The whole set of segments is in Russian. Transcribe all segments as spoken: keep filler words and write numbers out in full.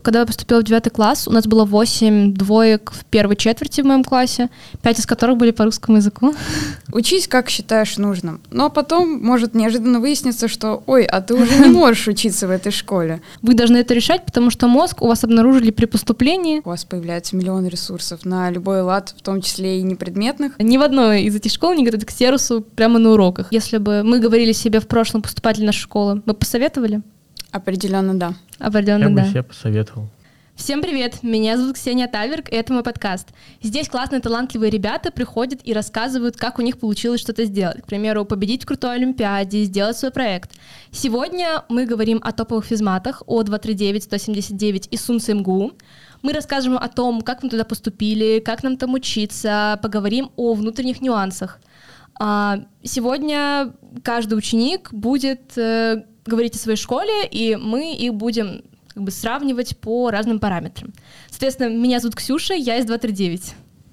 когда я поступила в девятый класс, у нас было восемь двоек в первой четверти в моем классе, пять из которых были по русскому языку. Учись, как считаешь нужным. Но потом может неожиданно выясниться, что «Ой, а ты уже не можешь учиться в этой школе». Вы должны это решать, потому что мозг у вас обнаружили при поступлении. У вас появляется миллион ресурсов на любой лад, в том числе и непредметных. Ни в одной из этих школ не готовят к сервису прямо на уроках. Если бы мы говорили себе в прошлом поступать в нашу школу, вы посоветовали? Определенно, да. Определенно, Я да. бы себе посоветовал. Всем привет, меня зовут Ксения Тальверг, и это мой подкаст. Здесь классные, талантливые ребята приходят и рассказывают, как у них получилось что-то сделать. К примеру, победить в крутой олимпиаде, сделать свой проект. Сегодня мы говорим о топовых физматах, о два три девять сто семьдесят девять и Сунце МГУ. Мы расскажем о том, как мы туда поступили, как нам там учиться, поговорим о внутренних нюансах. Сегодня каждый ученик будет э, говорить о своей школе, и мы их будем как бы сравнивать по разным параметрам. Соответственно, меня зовут Ксюша, я из два три девять.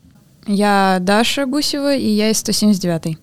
Я Даша Гусева, и я из сто семьдесят девятой.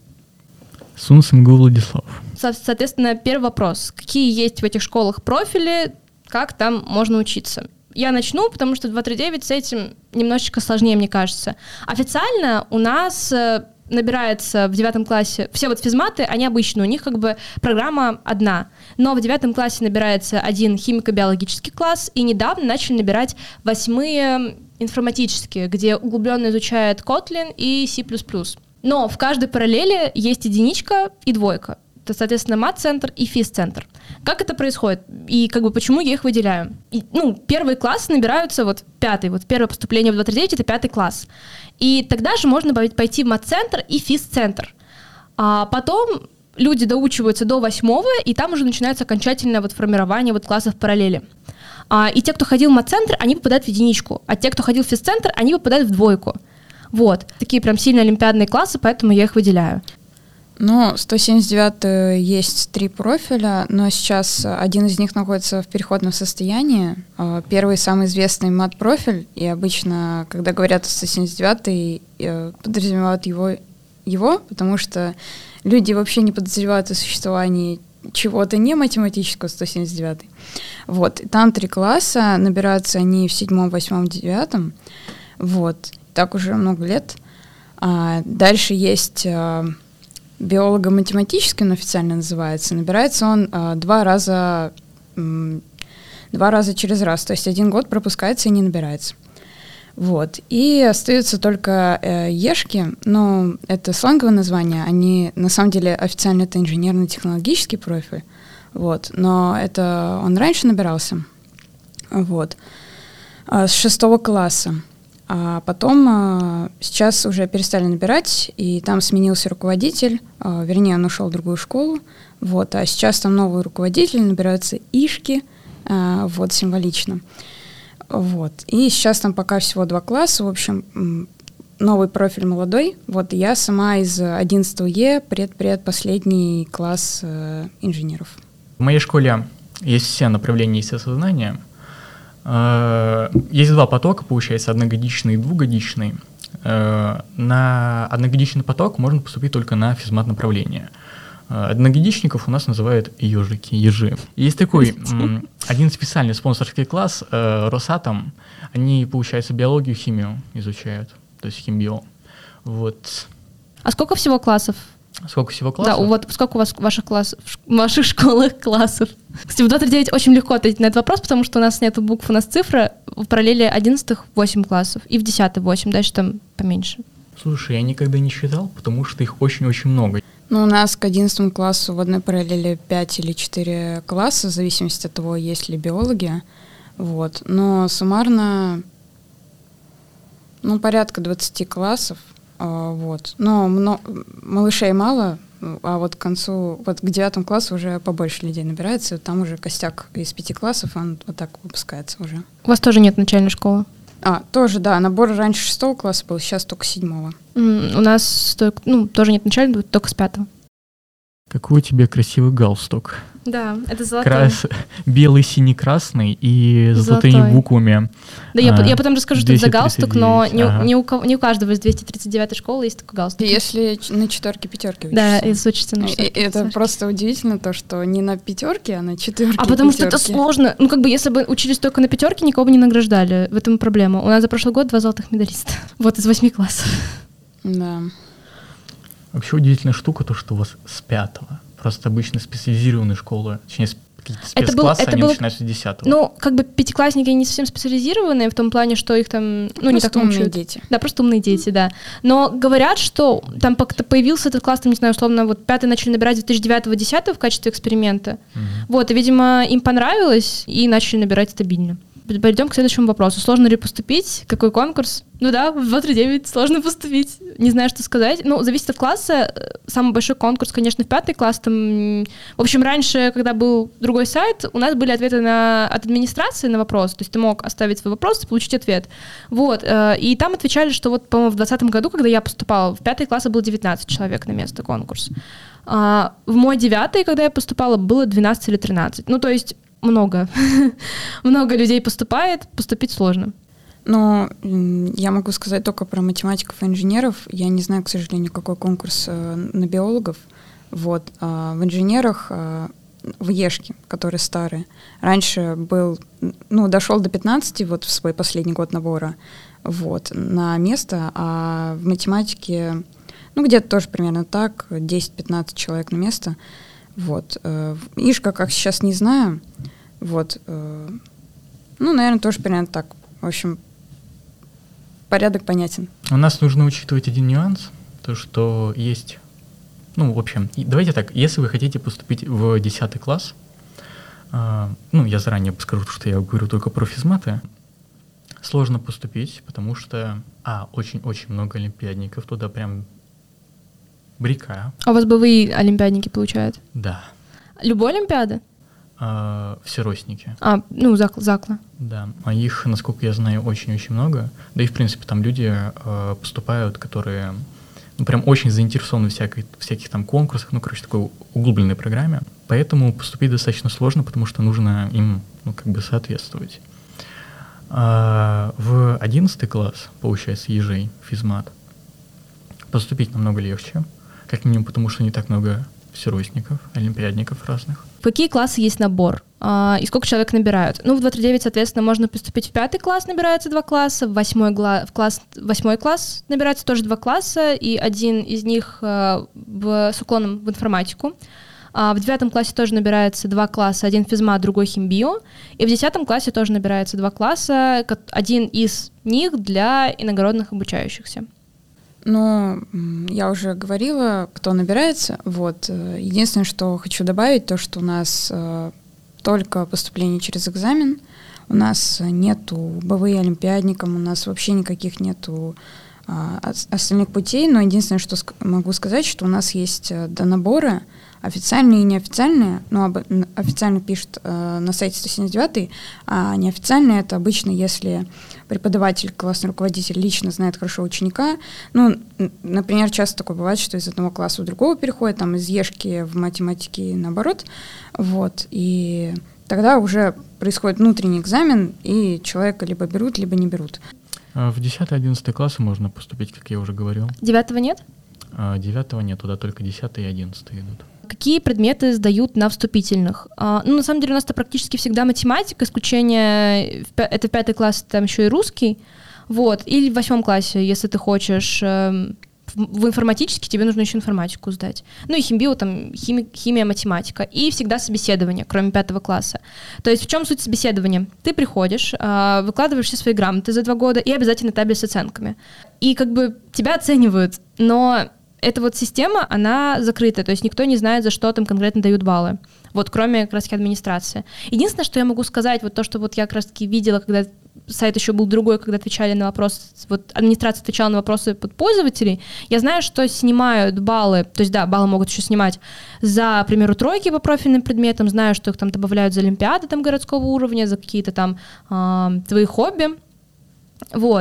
Сунце МГУ Владислав. Со- соответственно, первый вопрос. Какие есть в этих школах профили, как там можно учиться? Я начну, потому что два три девять с этим немножечко сложнее, мне кажется. Официально у нас набирается в девятом классе, все вот физматы, они обычные, у них как бы программа одна, но в девятом классе набирается один химико-биологический класс, и недавно начали набирать восьмые информатические, где углубленно изучают Kotlin и C++. Но в каждой параллели есть единичка и двойка. Это, соответственно, мат-центр и физ-центр. Как это происходит? И как бы почему я их выделяю? И, ну, первые классы набираются, вот пятый, вот первое поступление в два три девять — это пятый класс. И тогда же можно пойти в мат-центр и физ-центр. А потом люди доучиваются до восьмого, и там уже начинается окончательное вот формирование вот классов параллели. А, и те, кто ходил в мат-центр, они попадают в единичку, а те, кто ходил в физ-центр, они попадают в двойку. Вот. Такие прям сильно олимпиадные классы, поэтому я их выделяю. Ну, сто семьдесят девятый есть три профиля, но сейчас один из них находится в переходном состоянии. Первый, самый известный мат-профиль, и обычно, когда говорят о сто семьдесят девятый, подразумевают его, его, потому что люди вообще не подозревают о существовании чего-то не математического сто семьдесят девятый. Вот, и там три класса, набираются они в седьмом, восьмом, девятом, вот, так уже много лет. А дальше есть биолого-математический, он официально называется, набирается он а, два раза м, два раза через раз, то есть один год пропускается и не набирается. Вот. И остаются только э, ешки, но это сленговое название, они на самом деле официально это инженерно-технологический профиль, вот, но это он раньше набирался, вот, а, с шестого класса. А потом а, сейчас уже перестали набирать, и там сменился руководитель, а, вернее, он ушел в другую школу, вот, а сейчас там новый руководитель, набираются ишки, а, вот, символично. Вот, и сейчас там пока всего два класса, в общем, новый профиль молодой, вот, я сама из одиннадцатого Е, пред-предпоследний класс э, инженеров. В моей школе есть все направления естествознания. Есть два потока, получается, одногодичный и двухгодичный. На одногодичный поток можно поступить только на физмат направление. Одногодичников у нас называют ежики, ежи. Есть такой один специальный спонсорский класс, Росатом. Они, получается, биологию, химию изучают, то есть химбио. Вот. А сколько всего классов? Сколько всего классов? Да, вот сколько у вас в ваших, класс, в ваших школах классов? Кстати, в два три девять очень легко ответить на этот вопрос, потому что у нас нет букв, у нас цифра. В параллели одиннадцатых восемь классов, и в десятый восемь, дальше там поменьше. Слушай, я никогда не считал, потому что их очень-очень много. Ну, у нас к одиннадцатому классу в одной параллели пять или четыре класса, в зависимости от того, есть ли биология. Вот. Но суммарно, ну, порядка двадцати классов. Вот. Но мно, малышей мало, а вот к концу, вот к девятому классу уже побольше людей набирается, там уже костяк из пяти классов, он вот так выпускается уже. У вас тоже нет начальной школы? А, тоже, да, набор раньше шестого класса был, сейчас только седьмого. Mm, у нас ну, тоже нет начальной, только с пятого. Какой у тебя красивый галстук. Да, это золотой. Крас... Белый, синий, красный и с золотыми Золотой. буквами. Да, я, а, я потом расскажу, что это за галстук, но не, ага. не, у, кого- не у каждого из двести тридцать девятой школы есть такой галстук. Если ч- на четверке пятерки Да, учишься. из учится на И- четверке, Это пятерке. просто удивительно, то, что не на пятерке, а на четверке. А потому что это пятерки. сложно. Ну, как бы, если бы учились только на пятерке, никого бы не награждали. В этом проблема. У нас за прошлый год два золотых медалиста. Вот, из восьми классов. Да. Вообще удивительная штука, то, что у вас с пятого. Просто обычно специализированные школы, точнее, с- какие-то Это был- спецклассы, это они был- начинаются с десятого. Ну, как бы пятиклассники не совсем специализированные в том плане, что их там, ну, не Просто так умные мучают. дети. Да, просто умные дети, да. Но говорят, что там как-то появился этот класс, там, не знаю, условно, вот пятый начали набирать с две тысячи девятого-десятого в качестве эксперимента. Мгм. Вот, и, видимо, им понравилось, и начали набирать стабильно. Перейдем к следующему вопросу. Сложно ли поступить? Какой конкурс? Ну да, в два три девять сложно поступить. Не знаю, что сказать. Ну, зависит от класса. Самый большой конкурс, конечно, в пятый класс. Там... В общем, раньше, когда был другой сайт, у нас были ответы на... от администрации на вопрос. То есть ты мог оставить свой вопрос и получить ответ. Вот. э, И там отвечали, что вот, по-моему, в двадцатом году, когда я поступала, в пятый класс было девятнадцать человек на место конкурс. А в мой девятый, когда я поступала, было двенадцать или тринадцать. Ну, то есть много. Много людей поступает, поступить сложно. Но м, я могу сказать только про математиков и инженеров. Я не знаю, к сожалению, какой конкурс э, на биологов. Вот. А в инженерах, э, в ЕШке, которые старые, раньше был, ну, дошел до пятнадцати, вот в свой последний год набора, вот, на место, а в математике, ну, где-то тоже примерно так, десять-пятнадцать человек на место. Вот. э, в ИШКа, как сейчас, не знаю. Вот. э, Ну, наверное, тоже примерно так. В общем, порядок понятен. У нас нужно учитывать один нюанс, то, что есть... Ну, в общем, и давайте так, если вы хотите поступить в десятый класс, э, ну, я заранее скажу, что я говорю только про физматы, сложно поступить, потому что, а, очень-очень много олимпиадников, туда прям река, А у вас бывые олимпиадники получают? да, Любой олимпиады? э, всеросники. А, ну, зак- закла. Да, а их, насколько я знаю, очень-очень много. Да и, в принципе, там люди э, поступают, которые, ну, прям очень заинтересованы в всякой, всяких там конкурсах, ну, короче, такой углубленной программе. Поэтому поступить достаточно сложно, потому что нужно им, ну, как бы соответствовать. А в одиннадцатый класс, получается, ЕЖей, физмат, поступить намного легче, как минимум потому, что не так много всеростников, олимпиадников разных. В какие классы есть набор? А, и сколько человек набирают? Ну, в два три девять, соответственно, можно поступить в пятый класс, набирается два класса, в восьмой, гла- в класс, восьмой класс набирается тоже два класса, и один из них а, в, с уклоном в информатику. А в девятом классе тоже набирается два класса, один физмат, другой химбио. И в десятом классе тоже набирается два класса, ко- один из них для иногородных обучающихся. Ну, м, я уже говорила, кто набирается. Вот. э, Единственное, что хочу добавить, то, что у нас э, только поступление через экзамен. У нас нету БВИ олимпиадникам, у нас вообще никаких нету а, ос- остальных путей. Но единственное, что ск- могу сказать, что у нас есть э, донаборы, официальные и неофициальные. Ну, об, н- официально пишут э, на сайте сто семьдесят девять, а неофициальные — это обычно, если преподаватель, классный руководитель лично знает хорошо ученика. Ну, н- например, часто такое бывает, что из одного класса в другого переходит, там, из ЕШки в математике и наоборот. Вот. И тогда уже происходит внутренний экзамен, и человека либо берут, либо не берут. А в десятый-одиннадцатый классы можно поступить, как я уже говорил. Девятого нет? А девятого нет, туда только десятый и одиннадцатый идут. Какие предметы сдают на вступительных? А, ну, на самом деле, у нас-то практически всегда математика, исключение, в пя- это пятый класс, там еще и русский. Вот. Или в восьмом классе, если ты хочешь эм, в, в информатический, тебе нужно еще информатику сдать. Ну и химбио, там, хими- химия, математика. И всегда собеседование, кроме пятого класса. То есть в чем суть собеседования? Ты приходишь, а, выкладываешь все свои грамоты за два года и обязательно таблиц с оценками. И как бы тебя оценивают, но... Эта вот система, она закрытая, то есть никто не знает, за что там конкретно дают баллы, вот кроме как раз-таки администрации. Единственное, что я могу сказать, вот то, что вот я как раз-таки видела, когда сайт еще был другой, когда отвечали на вопросы, вот администрация отвечала на вопросы под пользователей, я знаю, что снимают баллы, то есть да, баллы могут еще снимать за, к примеру, тройки по профильным предметам, знаю, что их там добавляют за олимпиады там городского уровня, за какие-то там э, твои хобби, вот.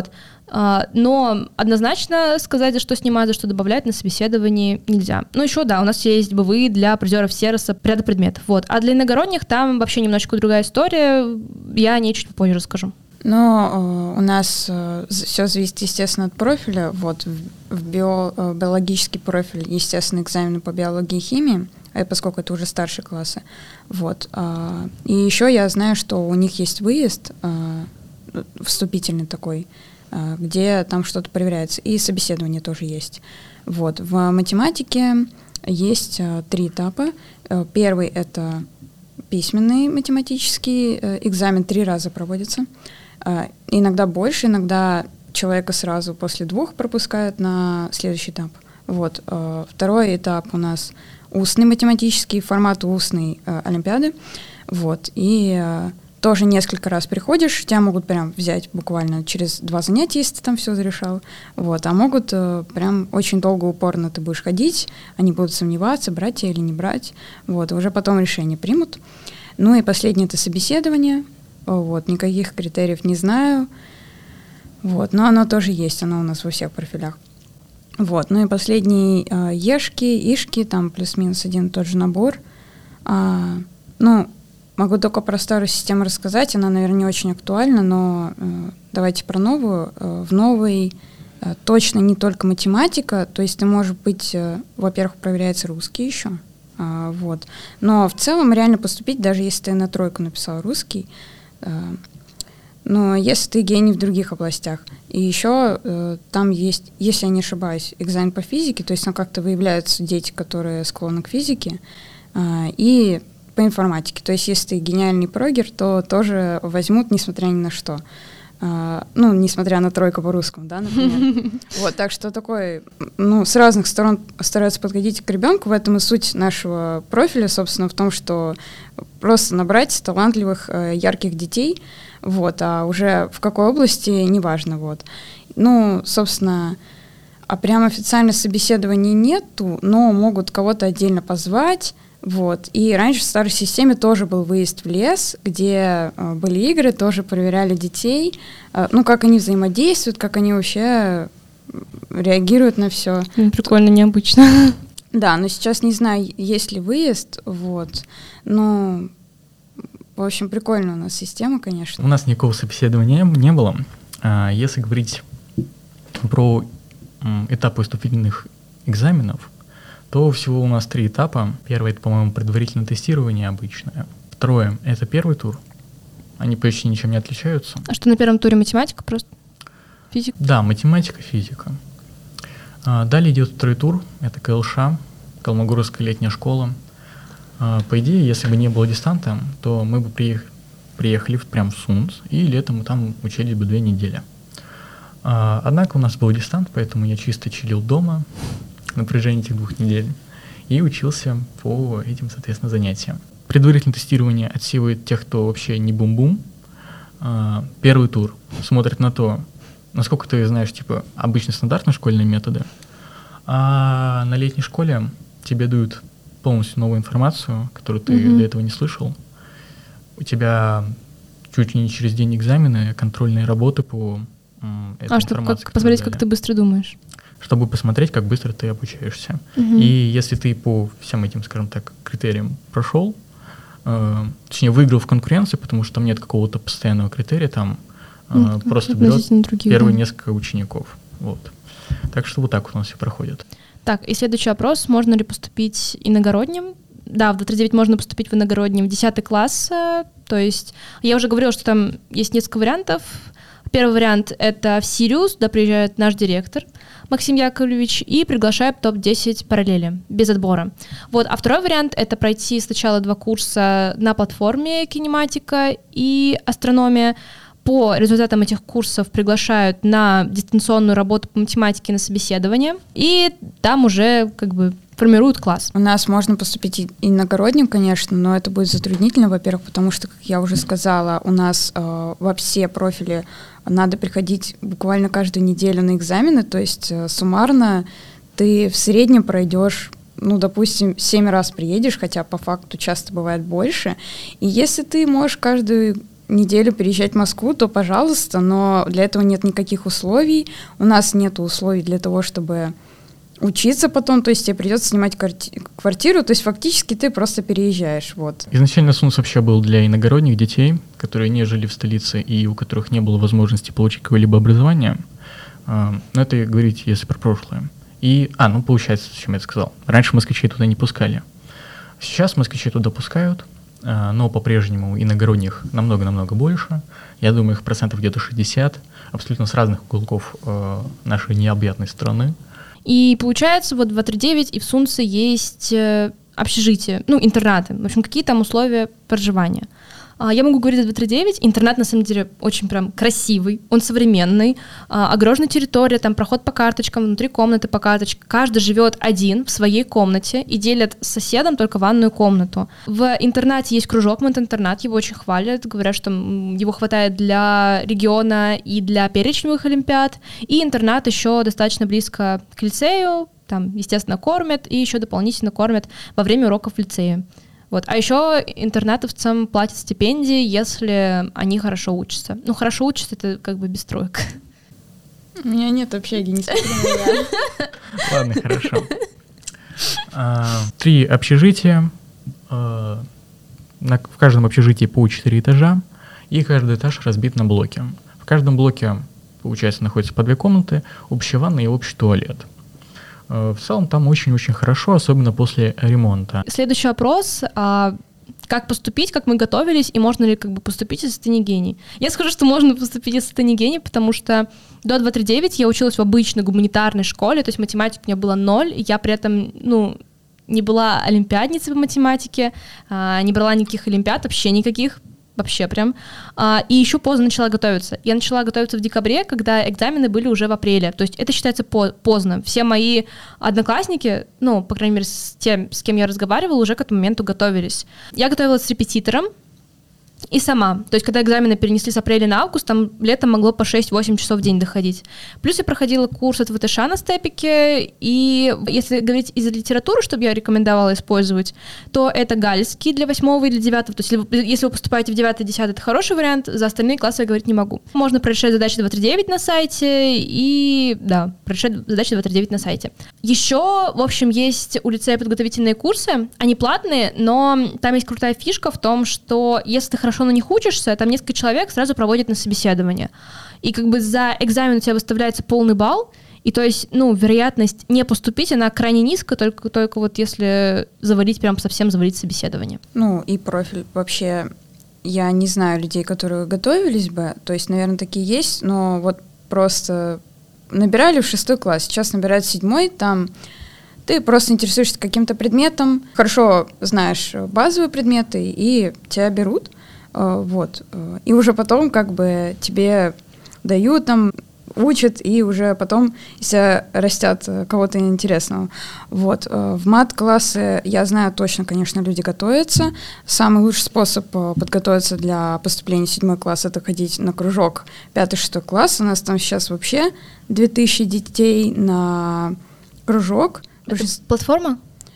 Но однозначно сказать, за что снимать, за что добавлять на собеседовании нельзя. Ну, еще, да, у нас есть бывые для призеров сервиса ряда предметов. Вот. А для иногородних там вообще немножечко другая история. Я о ней чуть попозже расскажу. Но э, у нас э, все зависит, естественно, от профиля. Вот в, в био, э, биологический профиль, естественно, экзамены по биологии и химии, э, поскольку это уже старшие классы. Вот. Э, и еще я знаю, что у них есть выезд, э, вступительный такой, э, где там что-то проверяется. И собеседование тоже есть. Вот. В математике есть э, три этапа. Э, первый — это письменный математический э, экзамен, три раза проводится. Uh, иногда больше, иногда человека сразу после двух пропускают на следующий этап. Вот. Uh, второй этап у нас устный математический, формат устной uh, олимпиады. Вот. И uh, тоже несколько раз приходишь, тебя могут прям взять буквально через два занятия, если ты там все зарешал. Вот. А могут uh, прям очень долго, упорно ты будешь ходить, они будут сомневаться, брать тебя или не брать. Вот. И уже потом решение примут. Ну и последнее — это собеседование. Вот, никаких критериев не знаю. Вот, но оно тоже есть, оно у нас во всех профилях. Вот, ну и последний э, ешки, ишки, там плюс-минус один и тот же набор. А, ну, могу только про старую систему рассказать, она, наверное, не очень актуальна, но э, давайте про новую. Э, в новой э, точно не только математика, то есть ты можешь быть, э, во-первых, проверяется русский еще, э, вот, но в целом реально поступить, даже если ты на тройку написал русский, но если ты гений в других областях. И еще э, там есть, если я не ошибаюсь, экзамен по физике, то есть там как-то выявляются дети, которые склонны к физике, э, и по информатике. То есть если ты гениальный прогер, то тоже возьмут, несмотря ни на что. Э, ну, несмотря на тройку по русскому, да, например. Вот, так что такой, ну, с разных сторон стараются подходить к ребенку. В этом и суть нашего профиля, собственно, в том, что просто набрать талантливых, э, ярких детей, вот, а уже в какой области, неважно, вот. Ну, собственно, а прям официально собеседований нету, но могут кого-то отдельно позвать, вот. И раньше в старой системе тоже был выезд в лес, где э, были игры, тоже проверяли детей, э, ну, как они взаимодействуют, как они вообще реагируют на все. Прикольно, необычно. Да, но сейчас не знаю, есть ли выезд, вот, но, в общем, прикольная у нас система, конечно. У нас никакого собеседования не было. Если говорить про этапы вступительных экзаменов, то всего у нас три этапа. Первый — это, по-моему, предварительное тестирование обычное. Второе — это первый тур. Они почти ничем не отличаются. А что на первом туре математика просто? Физика? Да, математика, физика. Далее идет второй тур, это КЛШ, Калмогоровская летняя школа. По идее, если бы не было дистанта, то мы бы приех- приехали прям в Сунц, и летом мы там учились бы две недели. Однако у нас был дистант, поэтому я чисто чилил дома на протяжении этих двух недель и учился по этим, соответственно, занятиям. Предварительное тестирование отсеивает тех, кто вообще не бум-бум. Первый тур смотрит на то, насколько ты знаешь, типа, обычно стандартные школьные методы, а на летней школе тебе дают полностью новую информацию, которую ты mm-hmm. до этого не слышал. У тебя чуть ли не через день экзамены, контрольные работы по м, этой а, информации. чтобы как, посмотреть, дали. как ты быстро думаешь. Чтобы посмотреть, как быстро ты обучаешься. Mm-hmm. И если ты по всем этим, скажем так, критериям прошел, э, точнее, выиграл в конкуренции, потому что там нет какого-то постоянного критерия, там Uh, просто берет других, первые да. несколько учеников. Вот. Так что вот так у нас все проходит. Так, и следующий вопрос. Можно ли поступить иногородним? Да, в два тридцать девять можно поступить в иногородним в десятый класс. То есть я уже говорила, что там есть несколько вариантов. Первый вариант — это в Сириус, туда приезжает наш директор Максим Яковлевич и приглашает топ десять параллели, без отбора. Вот. А второй вариант — это пройти сначала два курса на платформе кинематика и астрономия. По результатам этих курсов приглашают на дистанционную работу по математике на собеседование, и там уже как бы формируют класс. У нас можно поступить иногородним, конечно, но это будет затруднительно, во-первых, потому что, как я уже сказала, у нас э, во все профили надо приходить буквально каждую неделю на экзамены, то есть э, суммарно ты в среднем пройдешь, ну, допустим, семь раз приедешь, хотя по факту часто бывает больше, и если ты можешь каждую неделю переезжать в Москву, то пожалуйста, но для этого нет никаких условий. У нас нет условий для того, чтобы учиться потом, то есть тебе придется снимать квартиру, то есть фактически ты просто переезжаешь. Вот. Изначально СУНС вообще был для иногородних детей, которые не жили в столице и у которых не было возможности получить какое-либо образование. Но это говорить, если про прошлое. И, а, ну получается, о чем я сказал. Раньше москвичей туда не пускали. Сейчас москвичей туда пускают, но по-прежнему иногородних намного-намного больше. Я думаю, их процентов где-то шестьдесят, абсолютно с разных уголков нашей необъятной страны. И получается, вот в два тридцать девять и в СУНСе есть общежитие, ну, интернаты, в общем, какие там условия проживания. Я могу говорить за два тридцать девять, интернат на самом деле очень прям красивый, он современный, огороженная территория, там проход по карточкам, внутри комнаты по карточкам, каждый живет один в своей комнате и делят с соседом только ванную комнату. В интернате есть кружок Мент-интернат, его очень хвалят, говорят, что его хватает для региона и для перечневых олимпиад, и интернат еще достаточно близко к лицею, там, естественно, кормят, и еще дополнительно кормят во время уроков в лицее. Вот. А еще интернатовцам платят стипендии, если они хорошо учатся. Ну, хорошо учатся, это как бы без троек. У меня нет общаги, не смотри на меня. Ладно, хорошо. Три общежития. В каждом общежитии по четыре этажа, и каждый этаж разбит на блоки. В каждом блоке, получается, находится по две комнаты, общая ванна и общий туалет. В целом там очень-очень хорошо, особенно после ремонта. Следующий вопрос. А как поступить, как мы готовились, и можно ли как бы поступить, если ты не гений? Я скажу, что можно поступить, если ты не гений, потому что до два тридцать девять я училась в обычной гуманитарной школе, то есть математики у меня было ноль, и я при этом, ну, не была олимпиадницей по математике, не брала никаких олимпиад, вообще никаких. Вообще прям. А, и еще поздно начала готовиться. Я начала готовиться в декабре, когда экзамены были уже в апреле. То есть это считается по- поздно. Все мои одноклассники, ну, по крайней мере, с тем, с кем я разговаривала, уже к этому моменту готовились. Я готовилась с репетитором и сама. То есть когда экзамены перенесли с апреля на август, там летом могло по шесть-восемь часов в день доходить. Плюс я проходила курс от ВТШ на степике, и если говорить из литературы, чтобы я рекомендовала использовать, то это Гальский для восьмого и для девятого. То есть если вы, если вы поступаете в девятый и десятый, это хороший вариант, за остальные классы я говорить не могу. Можно прорешать задачи два тридцать девять на сайте, и да, прорешать задачи два тридцать девять на сайте. Еще, в общем, есть у лицея подготовительные курсы, они платные, но там есть крутая фишка в том, что если ты хорошо на них учишься, там несколько человек сразу проводят на собеседование. И как бы за экзамен у тебя выставляется полный балл, и то есть, ну, вероятность не поступить, она крайне низкая, только, только вот если завалить, прям совсем завалить собеседование. Ну, и профиль вообще, я не знаю людей, которые готовились бы, то есть, наверное, такие есть, но вот просто набирали в шестой класс, сейчас набирают в седьмой, там ты просто интересуешься каким-то предметом, хорошо знаешь базовые предметы, и тебя берут. Вот. И уже потом как бы тебе дают, там, учат, и уже потом, если растят кого-то интересного. Вот. В мат-классы, я знаю точно, конечно, люди готовятся. Самый лучший способ подготовиться для поступления в седьмой класс — это ходить на кружок пятый-шестой класс. У нас там сейчас вообще две тысячи детей на кружок. Это платформа?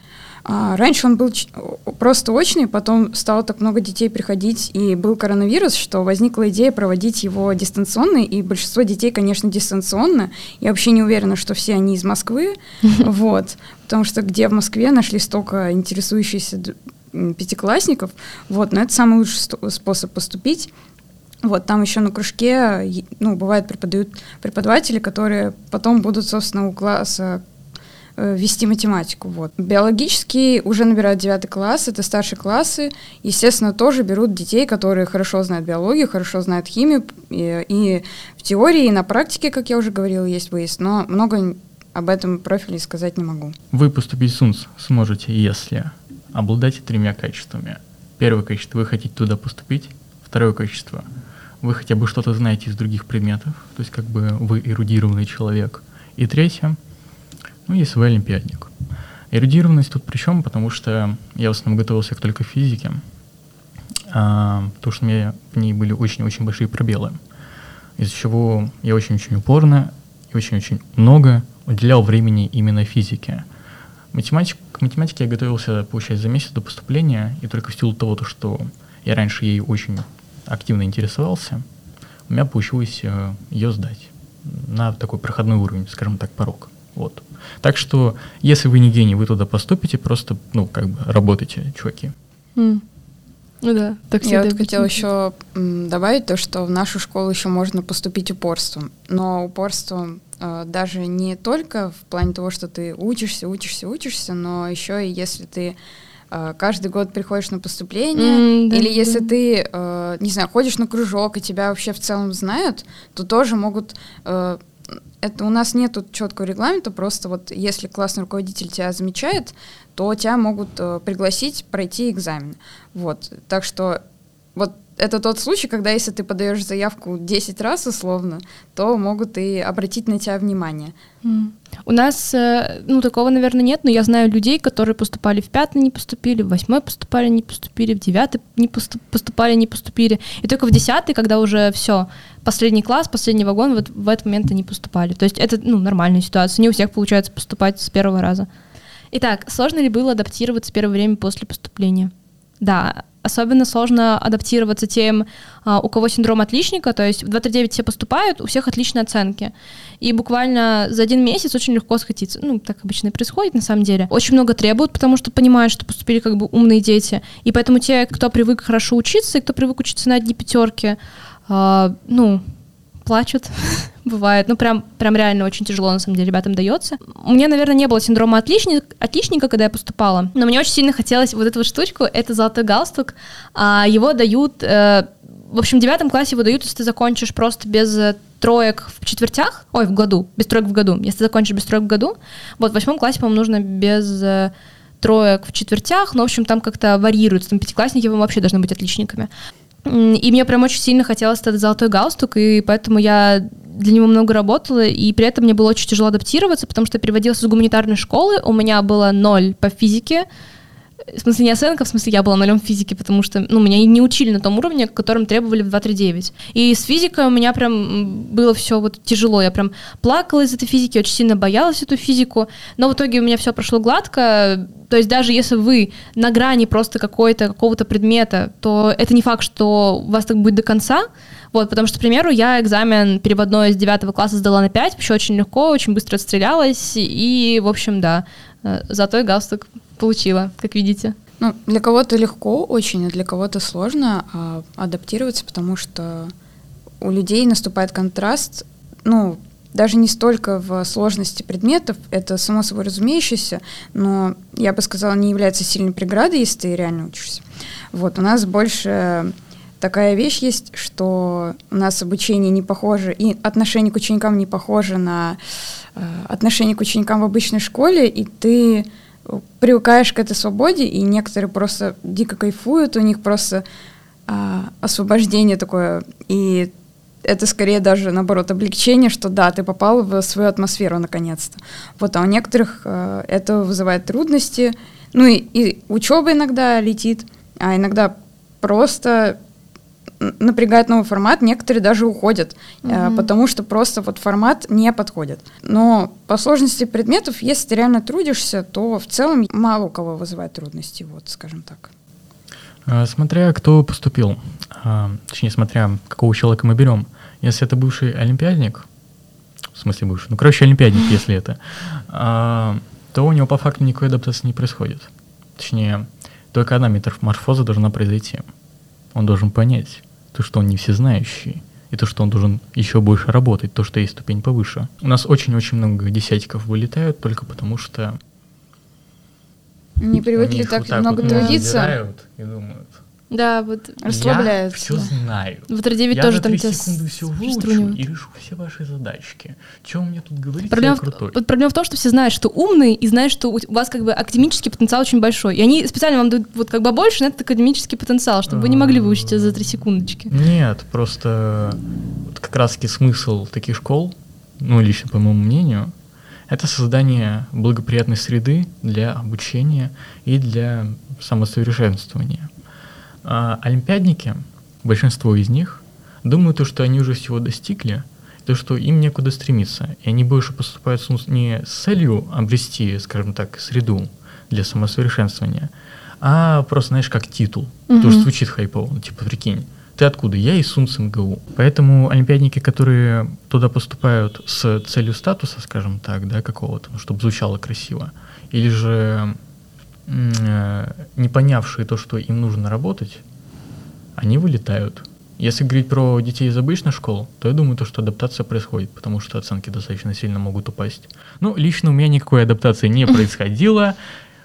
А, раньше он был ч- просто очный, потом стало так много детей приходить, и был коронавирус, что возникла идея проводить его дистанционно, и большинство детей, конечно, дистанционно. Я вообще не уверена, что все они из Москвы, вот, потому что где в Москве нашли столько интересующихся пятиклассников, вот, но это самый лучший сто- способ поступить. Вот, там еще на кружке, ну, бывает, преподают преподаватели, которые потом будут, собственно, у класса вести математику. Вот. Биологический уже набирают девятый класс, это старшие классы. Естественно, тоже берут детей, которые хорошо знают биологию, хорошо знают химию. И, и в теории, и на практике, как я уже говорила, есть выезд. Но много об этом профиле сказать не могу. Вы поступить в СУНС сможете, если обладаете тремя качествами. Первое качество — вы хотите туда поступить. Второе качество — вы хотя бы что-то знаете из других предметов, то есть как бы вы эрудированный человек. И третье — ну, если вы олимпиадник. Эрудированность тут при чем? Потому что я в основном готовился к только физике, а, потому что у меня в ней были очень-очень большие пробелы, из-за чего я очень-очень упорно и очень-очень много уделял времени именно физике. Математик, к математике я готовился, получается, за месяц до поступления, и только в силу того, что я раньше ей очень активно интересовался, у меня получилось э, ее сдать на такой проходной уровень, скажем так, порог. Вот. Так что, если вы не гений, вы туда поступите, просто, ну, как бы, работайте, чуваки. Mm. Ну да, так Я вот хотела еще добавить то, что в нашу школу еще можно поступить упорством. Но упорством э, даже не только в плане того, что ты учишься, учишься, учишься, но еще и если ты э, каждый год приходишь на поступление, mm, да, или если да. ты, э, не знаю, ходишь на кружок, и тебя вообще в целом знают, то тоже могут... Э, это у нас нету четкого регламента, просто вот если классный руководитель тебя замечает, то тебя могут э, пригласить пройти экзамен. Вот. Так что вот это тот случай, когда если ты подаешь заявку десять раз условно, то могут и обратить на тебя внимание. Mm. У нас, ну, такого, наверное, нет, но я знаю людей, которые поступали в пятый, не поступили, в восьмой поступали, не поступили, в девятый не поступ, поступали, не поступили. И только в десятый, когда уже все, последний класс, последний вагон, вот в этот момент они поступали. То есть это, ну, нормальная ситуация. Не у всех получается поступать с первого раза. Итак, сложно ли было адаптироваться первое время после поступления? Да, особенно сложно адаптироваться тем, у кого синдром отличника, то есть в два три девять все поступают, у всех отличные оценки. И буквально за один месяц очень легко схватиться. Ну, так обычно и происходит на самом деле. Очень много требуют, потому что понимают, что поступили как бы умные дети. И поэтому те, кто привык хорошо учиться, и кто привык учиться на одни пятерки, э, ну, плачут, бывает. Ну, прям, прям реально очень тяжело, на самом деле, ребятам дается. У меня, наверное, не было синдрома отличника, отличника, когда я поступала, но мне очень сильно хотелось вот эту вот штучку, это золотой галстук. А, его дают, э, в общем, в девятом классе его дают, если ты закончишь просто без троек в четвертях, ой, в году, без троек в году, если ты закончишь без троек в году. Вот в восьмом классе, по-моему, нужно без э, троек в четвертях, но, в общем, там как-то варьируется, там пятиклассники вообще должны быть отличниками. И мне прям очень сильно хотелось этот золотой галстук, и поэтому я для него много работала, и при этом мне было очень тяжело адаптироваться, потому что я переводилась из гуманитарной школы, у меня было ноль по физике, в смысле не оценка, в смысле я была нолем в физике, потому что, ну, меня не учили на том уровне, которым требовали в два три девять. И с физикой у меня прям было все вот тяжело, я прям плакала из этой физики, очень сильно боялась эту физику, но в итоге у меня все прошло гладко. То есть даже если вы на грани просто какой-то, какого-то предмета, то это не факт, что у вас так будет до конца. Вот, потому что, к примеру, я экзамен переводной из девятого класса сдала на пять, вообще очень легко, очень быстро отстрелялась, и, в общем, да, золотой галстук получила, как видите. Ну, для кого-то легко очень, а для кого-то сложно а, адаптироваться, потому что у людей наступает контраст, ну, даже не столько в сложности предметов, это само собой разумеющееся, но, я бы сказала, не является сильной преградой, если ты реально учишься. Вот, у нас больше такая вещь есть, что у нас обучение не похоже, и отношение к ученикам не похоже на э, отношение к ученикам в обычной школе, и ты привыкаешь к этой свободе, и некоторые просто дико кайфуют, у них просто э, освобождение такое, и это скорее даже, наоборот, облегчение, что да, ты попал в свою атмосферу наконец-то. Вот, а у некоторых э, это вызывает трудности. Ну и, и учеба иногда летит, а иногда просто напрягает новый формат, некоторые даже уходят, mm-hmm. э, потому что просто вот формат не подходит. Но по сложности предметов, если ты реально трудишься, то в целом мало у кого вызывает трудности, вот, скажем так. Смотря кто поступил, точнее, смотря какого человека мы берем. Если это бывший олимпиадник, в смысле бывший, ну, короче, олимпиадник, если это, то у него по факту никакой адаптации не происходит. Точнее, только одна метаморфоза должна произойти. Он должен понять то, что он не всезнающий, и то, что он должен еще больше работать, то, что есть ступень повыше. У нас очень-очень много десятиков вылетают только потому, что не привыкли так, вот так много вот трудиться. И думают, да, вот расслабляются. Я все знаю. В два три девять я тоже за там тебя секунды все выучу и решу все ваши задачки. Чего мне тут говорить, проблема я крутой. В, проблема в том, что все знают, что умные, и знают, что у вас как бы академический потенциал очень большой. И они специально вам дают вот как бы больше на этот академический потенциал, чтобы вы не могли выучить за три секундочки. Нет, просто вот как раз-таки смысл таких школ, ну, лично по моему мнению, это создание благоприятной среды для обучения и для самосовершенствования. А олимпиадники, большинство из них, думают, что они уже всего достигли, то, что им некуда стремиться, и они больше поступают не с целью обрести, скажем так, среду для самосовершенствования, а просто, знаешь, как титул. Mm-hmm. Тоже звучит хайпово, ну, типа, прикинь, Ты откуда? Я из СУНС эм гэ у. Поэтому олимпиадники, которые туда поступают с целью статуса, скажем так, да, какого-то, ну, чтобы звучало красиво, или же э, не понявшие то, что им нужно работать, они вылетают. Если говорить про детей из обычных школ, то я думаю, то, что адаптация происходит, потому что оценки достаточно сильно могут упасть. Ну, лично у меня никакой адаптации не происходило.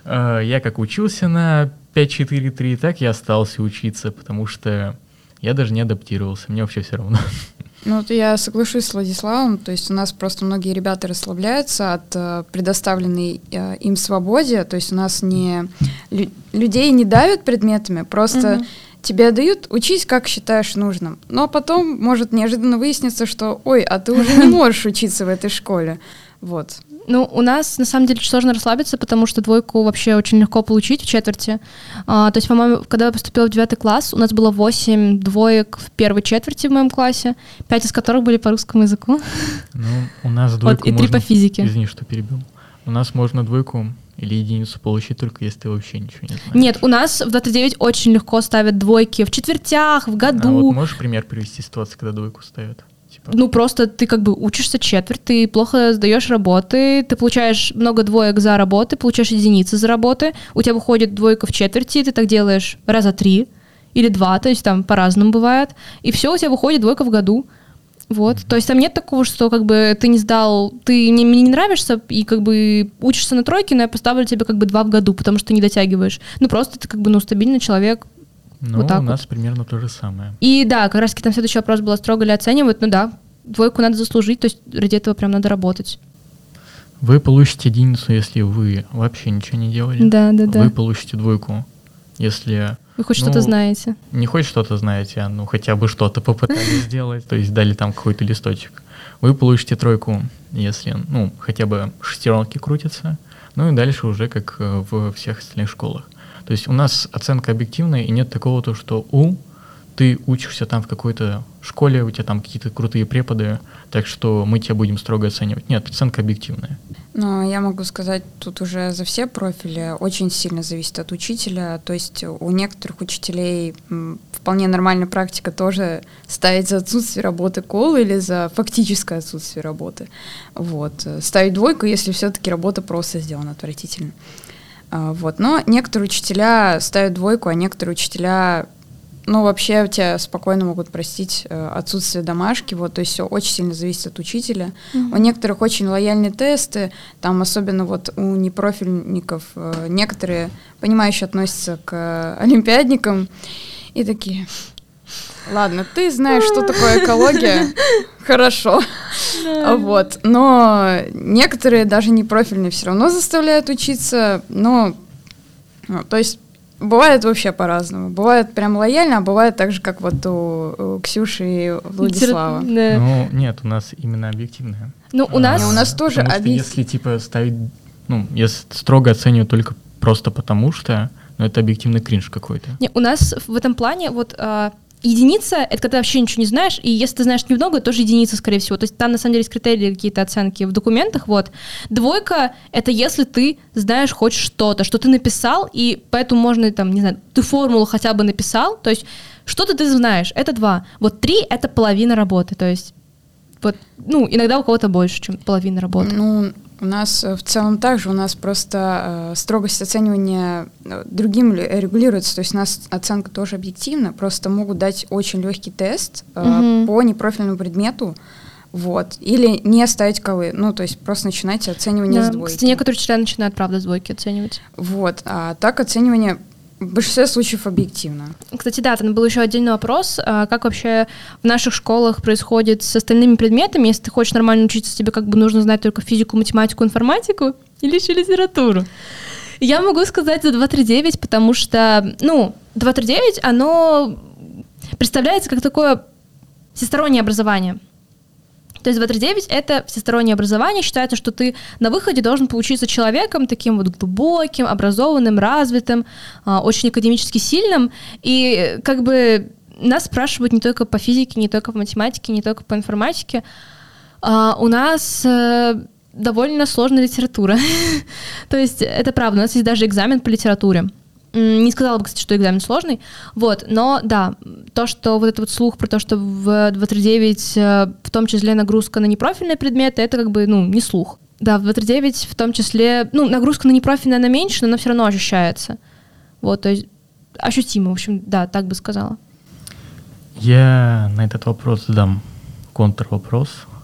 Я как учился на пять четыре три, так я остался учиться, потому что я даже не адаптировался, мне вообще все равно. Ну, вот я соглашусь с Владиславом, то есть у нас просто многие ребята расслабляются от э, предоставленной э, им свободе, то есть у нас не лю- людей не давят предметами, просто угу. тебе дают, учись, как считаешь нужным, но потом может неожиданно выясниться, что, ой, а ты уже не можешь учиться в этой школе, вот. Ну, у нас, на самом деле, очень сложно расслабиться, потому что двойку вообще очень легко получить в четверти. А, то есть, по-моему, когда я поступила в девятый класс, у нас было восемь двоек в первой четверти в моем классе, пять из которых были по русскому языку. Ну, у нас двойку вот, и можно... три по физике. Извини, что перебил. У нас можно двойку или единицу получить, только если ты вообще ничего не знаешь. Нет, у нас в двадцать девять очень легко ставят двойки в четвертях, в году. А вот можешь пример привести ситуации, когда двойку ставят? Типа. Ну, просто ты как бы учишься четверть, ты плохо сдаешь работы, ты получаешь много двоек за работы, получаешь единицы за работы, у тебя выходит двойка в четверти, ты так делаешь раза три или два, то есть там по-разному бывает, и все, у тебя выходит двойка в году. Вот, mm-hmm. то есть там нет такого, что как бы ты не сдал, ты не, мне не нравишься и как бы учишься на тройке, но я поставлю тебе как бы два в году, потому что ты не дотягиваешь. Ну, просто ты как бы, ну, стабильный человек. Ну, вот так у нас вот. примерно то же самое. И да, как раз-таки там следующий вопрос был, строго ли оценивать. Ну да, двойку надо заслужить, то есть ради этого прям надо работать. Вы получите единицу, если вы вообще ничего не делали. Да, да, да. Вы получите двойку, если... Вы хоть ну, что-то знаете. Не хоть что-то знаете, а ну хотя бы что-то попытались сделать, то есть дали там какой-то листочек. Вы получите тройку, если, ну, хотя бы шестеренки крутятся, ну и дальше уже как в всех остальных школах. То есть у нас оценка объективная, и нет такого, то, что у, ты учишься там в какой-то школе, у тебя там какие-то крутые преподы, так что мы тебя будем строго оценивать. Нет, оценка объективная. Но я могу сказать, тут уже за все профили очень сильно зависит от учителя. То есть у некоторых учителей м, вполне нормальная практика тоже ставить за отсутствие работы кол или за фактическое отсутствие работы. Вот. Ставить двойку, если все-таки работа просто сделана отвратительно. Вот. Но некоторые учителя ставят двойку, а некоторые учителя, ну, вообще тебя спокойно могут простить отсутствие домашки. Вот. То есть все очень сильно зависит от учителя. Mm-hmm. У некоторых очень лояльные тесты, там особенно вот у непрофильников некоторые понимающие относятся к олимпиадникам и такие... Ладно, ты знаешь, что такое экология, хорошо, вот, но некоторые даже не профильные все равно заставляют учиться, но, ну, то есть бывает вообще по-разному, бывает прям лояльно, а бывает так же, как вот у, у Ксюши и Владислава. Да. Ну, нет, у нас именно объективное. Ну, у нас... А, у нас тоже объективное. Если, типа, ставить, ну, если строго оценивать только просто потому что, ну, это объективный кринж какой-то. Не, у нас в этом плане вот... А... Единица — это когда ты вообще ничего не знаешь, и если ты знаешь немного, это тоже единица, скорее всего. То есть там, на самом деле, есть критерии, какие-то оценки в документах, вот. Двойка — это если ты знаешь хоть что-то, что ты написал, и поэтому можно, там, не знаю, ты формулу хотя бы написал, то есть что-то ты знаешь, это два. Вот три — это половина работы, то есть вот, ну, иногда у кого-то больше, чем половина работы. Ну, у нас в целом также, у нас просто э, строгость оценивания другим регулируется, то есть у нас оценка тоже объективна, просто могут дать очень легкий тест э, mm-hmm. по непрофильному предмету, вот, или не ставить колы, ну, то есть просто начинайте оценивание да. с двойки. Кстати, некоторые учителя начинают, правда, с двойки оценивать. Вот, а так оценивание... В большинстве случаев объективно. Кстати, да, там был еще отдельный вопрос, как вообще в наших школах происходит с остальными предметами, если ты хочешь нормально учиться, тебе как бы нужно знать только физику, математику, информатику или еще литературу. Я могу сказать за два три девять, потому что, ну, два три девять, оно представляется как такое всестороннее образование. То есть два три девять — это всестороннее образование. Считается, что ты на выходе должен получиться человеком таким вот глубоким, образованным, развитым, очень академически сильным. И как бы нас спрашивают не только по физике, не только по математике, не только по информатике. У нас довольно сложная литература. То есть это правда, у нас есть даже экзамен по литературе. Не сказала бы, кстати, что экзамен сложный. Вот, но да, то, что вот этот вот слух про то, что в два три девять в том числе нагрузка на непрофильные предметы, это как бы, ну, не слух. Да, в два три девять в том числе, ну, нагрузка на непрофильные, она меньше, но она все равно ощущается. Вот, то есть ощутимо, в общем, да, так бы сказала. Я на этот вопрос задам контрвопрос.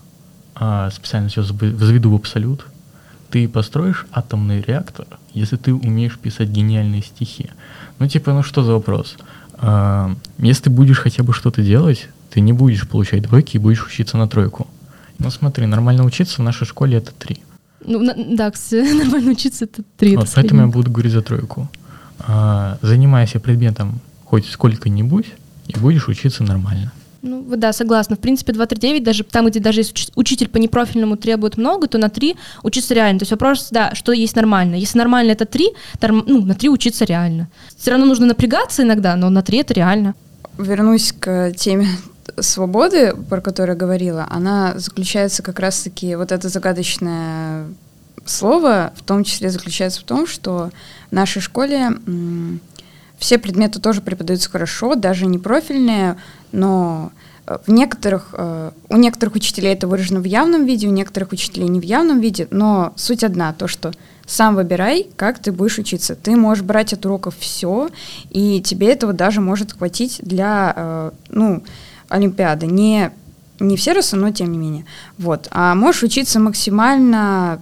А, специально все возведу в абсолют. Ты построишь атомный реактор, если ты умеешь писать гениальные стихи. Ну, типа, ну что за вопрос? А, если ты будешь хотя бы что-то делать, ты не будешь получать двойки и будешь учиться на тройку. Ну, смотри, нормально учиться в нашей школе — это три. Ну, на, да, кстати, нормально учиться — это три. Вот, поэтому я буду говорить за тройку. А, занимайся предметом хоть сколько-нибудь, и будешь учиться нормально. Ну, да, согласна. В принципе, два три девять, даже там, где даже если учитель по непрофильному требует много, то на три учиться реально. То есть вопрос, да, что есть нормально. Если нормально это три, то, ну, на три учиться реально. Все равно нужно напрягаться иногда, но на три это реально. Вернусь к теме свободы, про которую я говорила. Она заключается как раз-таки, вот это загадочное слово, в том числе заключается в том, что в нашей школе м- все предметы тоже преподаются хорошо, даже не профильные, но в некоторых, у некоторых учителей это выражено в явном виде, у некоторых учителей не в явном виде, но суть одна, то, что сам выбирай, как ты будешь учиться. Ты можешь брать от уроков все, и тебе этого даже может хватить для, ну, олимпиады. Не, не все разы, но тем не менее. Вот. А можешь учиться максимально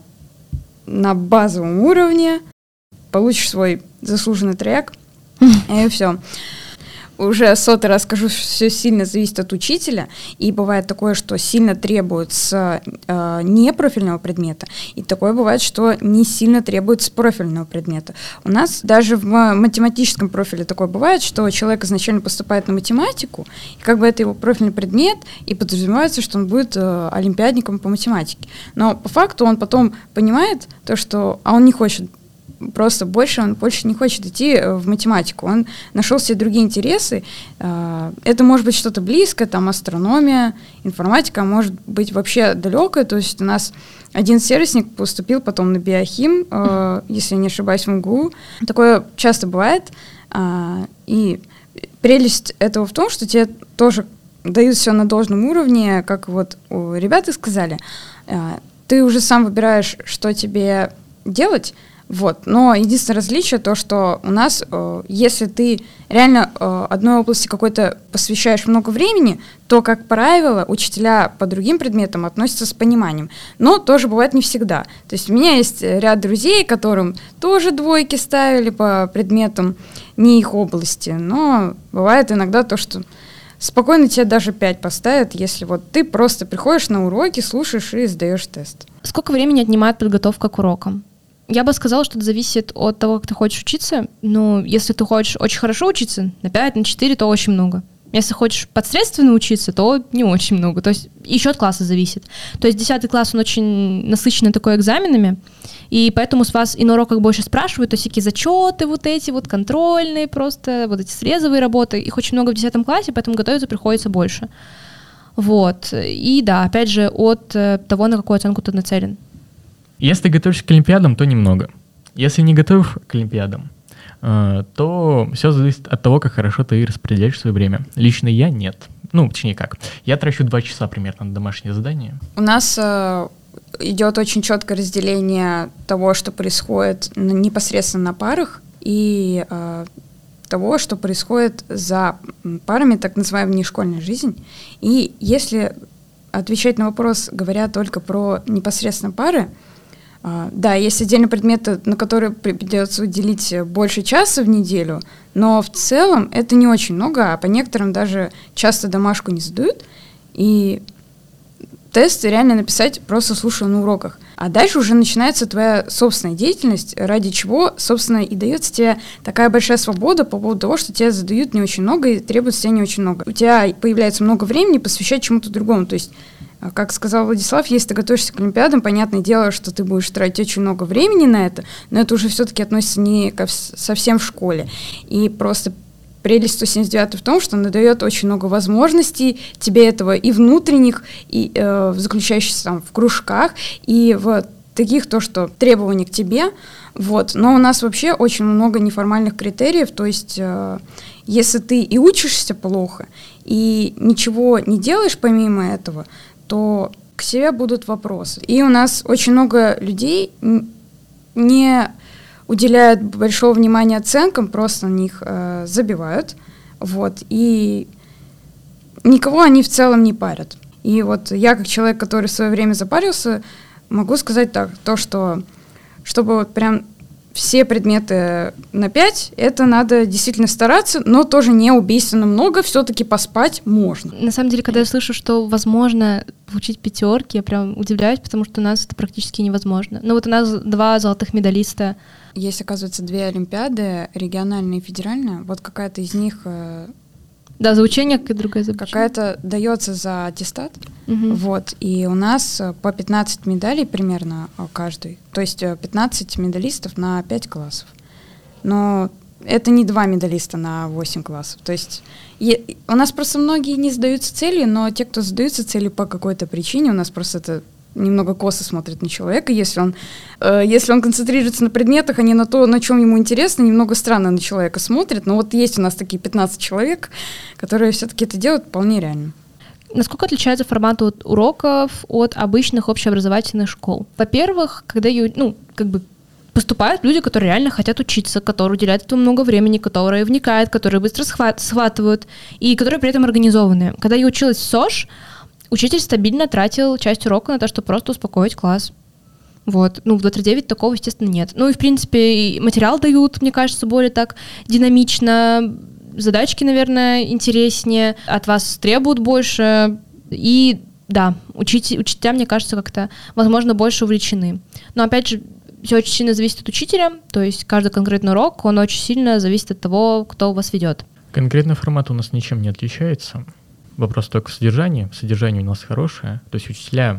на базовом уровне, получишь свой заслуженный трек, и все. Уже сотый раз скажу, что все сильно зависит от учителя, и бывает такое, что сильно требует с э, непрофильного предмета, и такое бывает, что не сильно требует с профильного предмета. У нас даже в математическом профиле такое бывает, что человек изначально поступает на математику, и как бы это его профильный предмет, и подразумевается, что он будет э, олимпиадником по математике. Но по факту он потом понимает то, что а он не хочет просто больше, он больше не хочет идти в математику. Он нашел себе другие интересы. Это может быть что-то близкое, там астрономия, информатика, а может быть вообще далекое. То есть у нас один сервисник поступил потом на биохим, если я не ошибаюсь, в МГУ. Такое часто бывает. И прелесть этого в том, что тебе тоже дают все на должном уровне, как вот ребята сказали. Ты уже сам выбираешь, что тебе делать. Вот. Но единственное различие то, что у нас, э, если ты реально э, одной области какой-то посвящаешь много времени, то, как правило, учителя по другим предметам относятся с пониманием. Но тоже бывает не всегда. То есть у меня есть ряд друзей, которым тоже двойки ставили по предметам не их области. Но бывает иногда то, что спокойно тебе даже пять поставят, если вот ты просто приходишь на уроки, слушаешь и сдаешь тест. Сколько времени отнимает подготовка к урокам? Я бы сказала, что это зависит от того, как ты хочешь учиться. Ну, если ты хочешь очень хорошо учиться, на пять, на четыре, то очень много. Если хочешь подсредственно учиться, то не очень много. То есть еще от класса зависит. То есть десятый класс, он очень насыщенный такой экзаменами, и поэтому с вас и на уроках больше спрашивают, то всякие зачеты вот эти вот, контрольные просто, вот эти срезовые работы. Их очень много в десятом классе, поэтому готовиться приходится больше. Вот. И да, опять же, от того, на какую оценку ты нацелен. Если ты готовишься к олимпиадам, то немного. Если не готов к олимпиадам, то все зависит от того, как хорошо ты распределяешь свое время. Лично я нет. Ну, точнее как. Я трачу два часа примерно на домашнее задание. У нас э, идет очень четкое разделение того, что происходит непосредственно на парах, и э, того, что происходит за парами, так называемая внешкольная жизнь. И если отвечать на вопрос, говоря только про непосредственно пары, Uh, да, есть отдельные предметы, на которые придется уделить больше часа в неделю, но в целом это не очень много, а по некоторым даже часто домашку не сдают, и тесты реально написать просто слушая на уроках. А дальше уже начинается твоя собственная деятельность, ради чего, собственно, и дается тебе такая большая свобода по поводу того, что тебе задают не очень много и требуют тебя не очень много. У тебя появляется много времени посвящать чему-то другому, то есть как сказал Владислав, если ты готовишься к олимпиадам, понятное дело, что ты будешь тратить очень много времени на это, но это уже все-таки относится не ко вс- совсем в школе. И просто прелесть сто семьдесят девять в том, что она дает очень много возможностей тебе этого и внутренних, и э, заключающихся там в кружках, и в таких то, что требований к тебе, вот. Но у нас вообще очень много неформальных критериев, то есть э, если ты и учишься плохо, и ничего не делаешь помимо этого, то к себе будут вопросы. И у нас очень много людей не уделяют большого внимания оценкам, просто на них э, забивают, вот, и никого они в целом не парят. И вот я, как человек, который в свое время запарился, могу сказать так, то, что чтобы вот прям все предметы на пять, это надо действительно стараться, но тоже не убийственно много, все-таки поспать можно. На самом деле, когда я слышу, что возможно получить пятерки, я прям удивляюсь, потому что у нас это практически невозможно. Ну вот у нас два золотых медалиста. Есть, оказывается, две олимпиады, региональная и федеральная. Вот какая-то из них... Да, за учение, как и другая за обучение. Какая-то дается за аттестат. Угу. Вот, и у нас по пятнадцать медалей примерно каждый. То есть пятнадцать медалистов на пять классов. Но это не два медалиста на восемь классов. То есть е- у нас просто многие не задаются целью, но те, кто задаются целью по какой-то причине, у нас просто это немного косо смотрит на человека, если он, э, если он концентрируется на предметах, а не на то, на чем ему интересно, немного странно на человека смотрит. Но вот есть у нас такие пятнадцать человек, которые все-таки это делают вполне реально. Насколько отличается формат от уроков от обычных общеобразовательных школ? Во-первых, когда ну, как бы поступают люди, которые реально хотят учиться, которые уделяют этому много времени, которые вникают, которые быстро схват- схватывают и которые при этом организованные. Когда я училась в СОЖ, учитель стабильно тратил часть урока на то, чтобы просто успокоить класс. Вот. Ну, в два тридцать девять такого, естественно, нет. Ну и, в принципе, и материал дают, мне кажется, более так динамично. Задачки, наверное, интереснее. От вас требуют больше. И, да, учитель, учителя, мне кажется, как-то, возможно, больше увлечены. Но, опять же, все очень сильно зависит от учителя. То есть каждый конкретный урок, он очень сильно зависит от того, кто вас ведет. Конкретный формат у нас ничем не отличается. Вопрос только в содержании. Содержание у нас хорошее. То есть учителя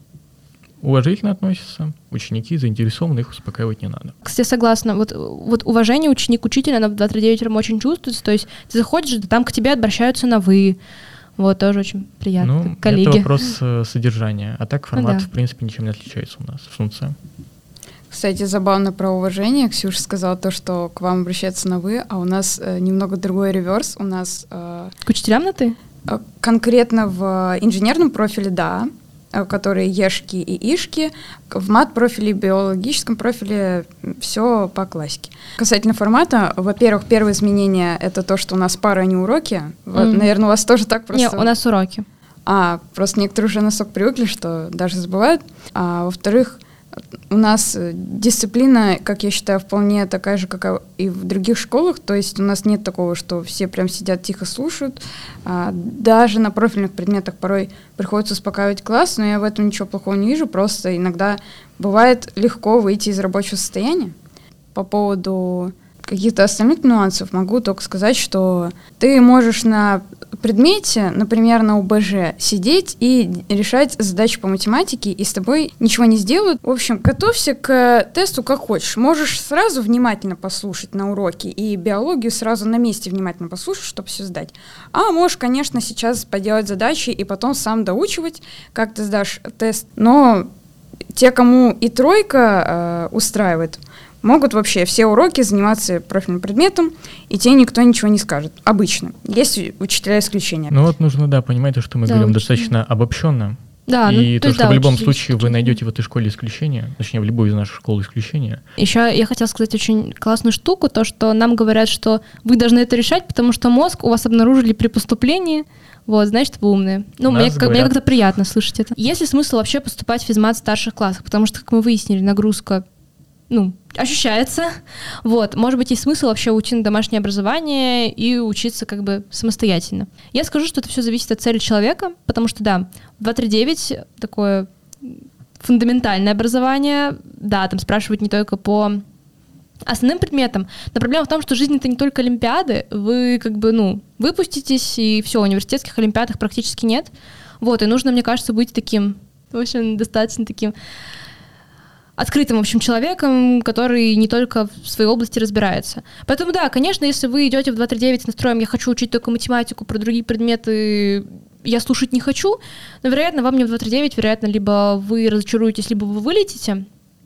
уважительно относятся, ученики заинтересованы, их успокаивать не надо. Кстати, я согласна. Вот, вот уважение ученик-учителя на два тридцать девять очень чувствуется. То есть ты заходишь, да, там к тебе обращаются на «вы». Вот, тоже очень приятно. Ну, коллеги. это вопрос э, содержания. А так формат, ну, да. в принципе, ничем не отличается у нас. Функция. Кстати, забавно про уважение. Ксюша сказала то, что к вам обращаются на «вы», а у нас э, немного другой реверс. У нас... Э, к учителям на «ты»? Э, конкретно в инженерном профиле, да, которые ешки и ишки. В мат-профиле, биологическом профиле все по классике. Касательно формата, во-первых, первое изменение — это то, что у нас пара, а не уроки. Вот, mm. наверное, у вас тоже так просто... Нет, у нас уроки. А, просто некоторые уже настолько привыкли, что даже забывают. А во-вторых, у нас дисциплина, как я считаю, вполне такая же, как и в других школах. То есть у нас нет такого, что все прям сидят тихо слушают. А, даже на профильных предметах порой приходится успокаивать класс, но я в этом ничего плохого не вижу. Просто иногда бывает легко выйти из рабочего состояния. По поводу каких-то остальных нюансов могу только сказать, что ты можешь на предмете, например, на ОБЖ, сидеть и решать задачи по математике, и с тобой ничего не сделают. В общем, готовься к тесту как хочешь. Можешь сразу внимательно послушать на уроке и биологию сразу на месте внимательно послушать, чтобы все сдать. А можешь, конечно, сейчас поделать задачи и потом сам доучивать, как ты сдашь тест. Но те, кому и тройка э, устраивает, могут вообще все уроки заниматься профильным предметом, и тебе никто ничего не скажет. Обычно. Есть учителя исключения. Ну вот нужно, да, понимать, что мы да, говорим очень. достаточно обобщенно. Да, и ну, то, то есть, что да, в любом очень случае есть. вы найдете в этой школе исключение, точнее, в любой из наших школ исключение. Еще я хотела сказать очень классную штуку, то, что нам говорят, что вы должны это решать, потому что мозг у вас обнаружили при поступлении, вот, значит, вы умные. Ну, мне, как, мне как-то приятно слышать это. Есть ли смысл вообще поступать в физмат в старших классах? Потому что, как мы выяснили, нагрузка, ну, ощущается. Вот. Может быть, есть смысл вообще уйти на домашнее образование и учиться как бы самостоятельно. Я скажу, что это все зависит от цели человека, потому что, да, два тридцать девять такое фундаментальное образование, да, там спрашивают не только по основным предметам, но проблема в том, что жизнь — это не только олимпиады, вы как бы, ну, выпуститесь, и все, университетских олимпиадах практически нет. Вот, и нужно, мне кажется, быть таким, в общем, достаточно таким открытым, в общем, человеком, который не только в своей области разбирается. Поэтому, да, конечно, если вы идете в два тридцать девять с настроем «я хочу учить только математику, про другие предметы я слушать не хочу», но, вероятно, вам не в два тридцать девять, вероятно, либо вы разочаруетесь, либо вы вылетите.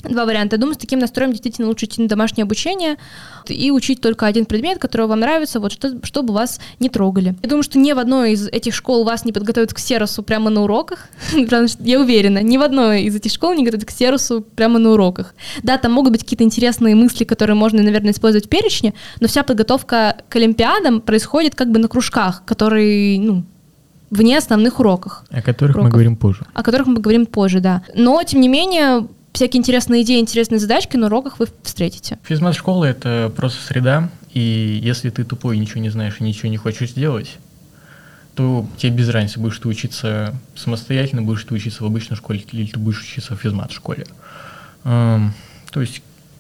Два варианта. Я думаю, с таким настроем действительно лучше идти на домашнее обучение и учить только один предмет, который вам нравится, вот, что, чтобы вас не трогали. Я думаю, что ни в одной из этих школ вас не подготовят к серосу прямо на уроках, потому что я уверена, ни в одной из этих школ не готовят к серосу прямо на уроках. Да, там могут быть какие-то интересные мысли, которые можно, наверное, использовать в перечне, но вся подготовка к олимпиадам происходит как бы на кружках, которые, ну, вне основных уроков. О которых уроков. мы говорим позже. О которых мы поговорим позже, да. Но, тем не менее, всякие интересные идеи, интересные задачки на уроках вы встретите. Физмат-школа — это просто среда, и если ты тупой, ничего не знаешь и ничего не хочешь сделать, то тебе без разницы, будешь ты учиться самостоятельно, будешь ты учиться в обычной школе или ты будешь учиться в физмат-школе. Эм, то есть,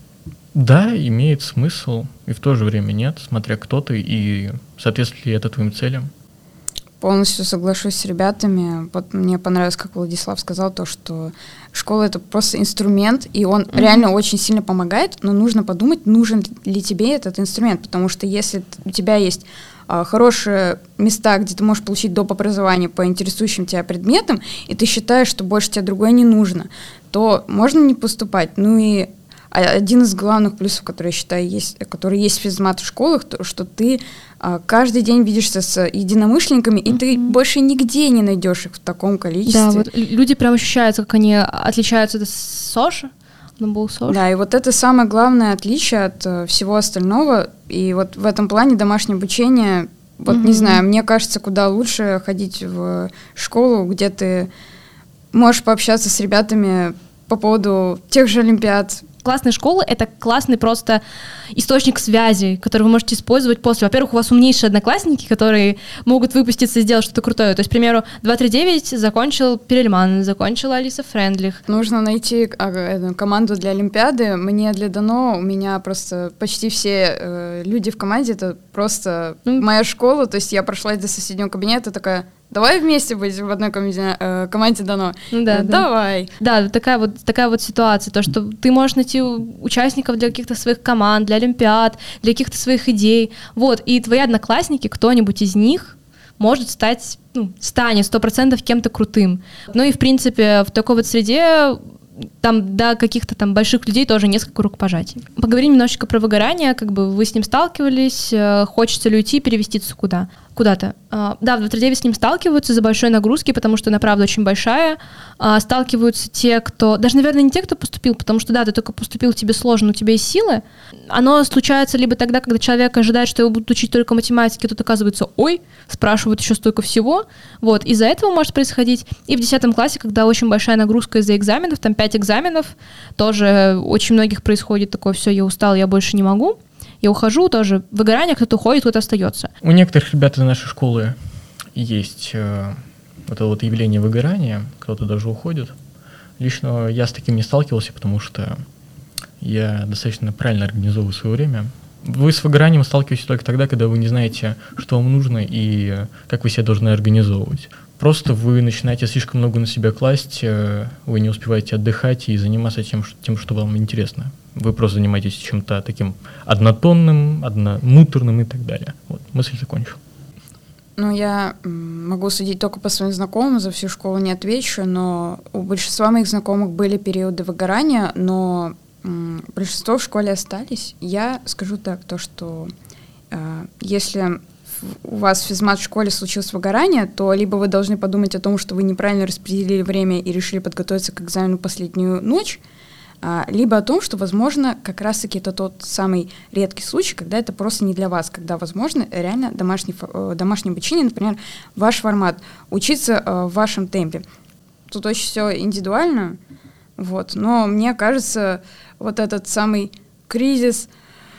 да, имеет смысл, и в то же время нет, смотря кто ты и соответствует ли это твоим целям. Полностью соглашусь с ребятами. Вот мне понравилось, как Владислав сказал, то, что школа — это просто инструмент, и он mm-hmm. реально очень сильно помогает, но нужно подумать, нужен ли тебе этот инструмент, потому что если у тебя есть а, хорошие места, где ты можешь получить доп. Образование по интересующим тебя предметам, и ты считаешь, что больше тебе другое не нужно, то можно не поступать. Ну и один из главных плюсов, который я считаю, есть, который есть в физмат-школах, то, что ты а, каждый день видишься с единомышленниками, и mm-hmm. ты больше нигде не найдешь их в таком количестве. Да, вот люди прям ощущают, как они отличаются от Соши. Да, и вот это самое главное отличие от uh, всего остального. И вот в этом плане домашнее обучение, вот mm-hmm. не знаю, мне кажется, куда лучше ходить в школу, где ты можешь пообщаться с ребятами по поводу тех же олимпиад. Классная школа — это классный просто источник связи, который вы можете использовать после. Во-первых, у вас умнейшие одноклассники, которые могут выпуститься и сделать что-то крутое. То есть, к примеру, два три девять закончил Перельман, закончила Алиса Френдлих. Нужно найти а, команду для олимпиады. Мне для Дано, у меня просто почти все э, люди в команде, это просто mm. моя школа. То есть я прошла до соседнего кабинета, такая... Давай вместе быть в одной команде, э, команде Дано. Ну, да, э, да. Давай. Да, такая вот, такая вот ситуация, то, что ты можешь найти участников для каких-то своих команд, для олимпиад, для каких-то своих идей. Вот, и твои одноклассники, кто-нибудь из них может стать, ну, станет сто процентов кем-то крутым. Ну и, в принципе, в такой вот среде там до каких-то там больших людей тоже несколько рукопожатий. Поговорим немножечко про выгорание, как бы вы с ним сталкивались, хочется ли уйти, перевеститься куда? Куда-то. Да, в два три девять с ним сталкиваются из-за большой нагрузки, потому что она, правда, очень большая. Сталкиваются те, кто... Даже, наверное, не те, кто поступил, потому что, да, ты только поступил, тебе сложно, у тебя есть силы. Оно случается либо тогда, когда человек ожидает, что его будут учить только математике, тут оказывается, ой, спрашивают еще столько всего. Вот, из-за этого может происходить. И в десятом классе, когда очень большая нагрузка из-за экзаменов, там пять экзаменов, тоже очень многих происходит такое, все, я устал, я больше не могу. Я ухожу тоже. Выгорание, кто-то уходит, кто-то остается. У некоторых ребят из нашей школы есть э, вот это вот явление выгорания, кто-то даже уходит. Лично я с таким не сталкивался, потому что я достаточно правильно организовываю свое время. Вы с выгоранием сталкиваетесь только тогда, когда вы не знаете, что вам нужно и как вы себя должны организовывать. Просто вы начинаете слишком много на себя класть, вы не успеваете отдыхать и заниматься тем, тем, что вам интересно. Вы просто занимаетесь чем-то таким однотонным, одномуторным и так далее. Вот, мысль закончил. Ну, я могу судить только по своим знакомым, за всю школу не отвечу, но у большинства моих знакомых были периоды выгорания, но м, большинство в школе остались. Я скажу так, то, что э, если у вас в физмат-школе случилось выгорание, то либо вы должны подумать о том, что вы неправильно распределили время и решили подготовиться к экзамену последнюю ночь, либо о том, что, возможно, как раз-таки это тот самый редкий случай, когда это просто не для вас, когда, возможно, реально домашний, домашнее обучение, например, ваш формат, учиться в вашем темпе. Тут очень все индивидуально, вот, но мне кажется, вот этот самый кризис,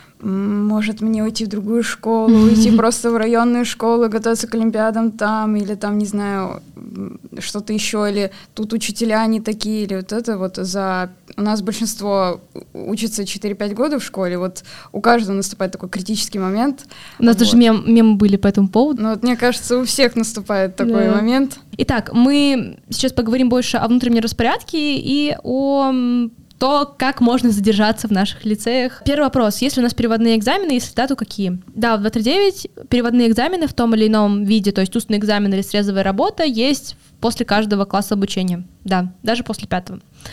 может мне уйти в другую школу, уйти просто в районную школу, готовиться к олимпиадам там, или там, не знаю, что-то еще, или тут учителя не такие, или вот это вот за... У нас большинство учится четыре-пять года в школе, вот у каждого наступает такой критический момент. У нас вот. даже мем, мемы были по этому поводу. Ну вот мне кажется, у всех наступает такой да. момент. Итак, мы сейчас поговорим больше о внутреннем распорядке и о... то, как можно задержаться в наших лицеях. Первый вопрос. Есть ли у нас переводные экзамены, если да, то какие? Да, в два три девять переводные экзамены в том или ином виде, то есть устный экзамен или срезовая работа, есть после каждого класса обучения. Да, даже после пятого.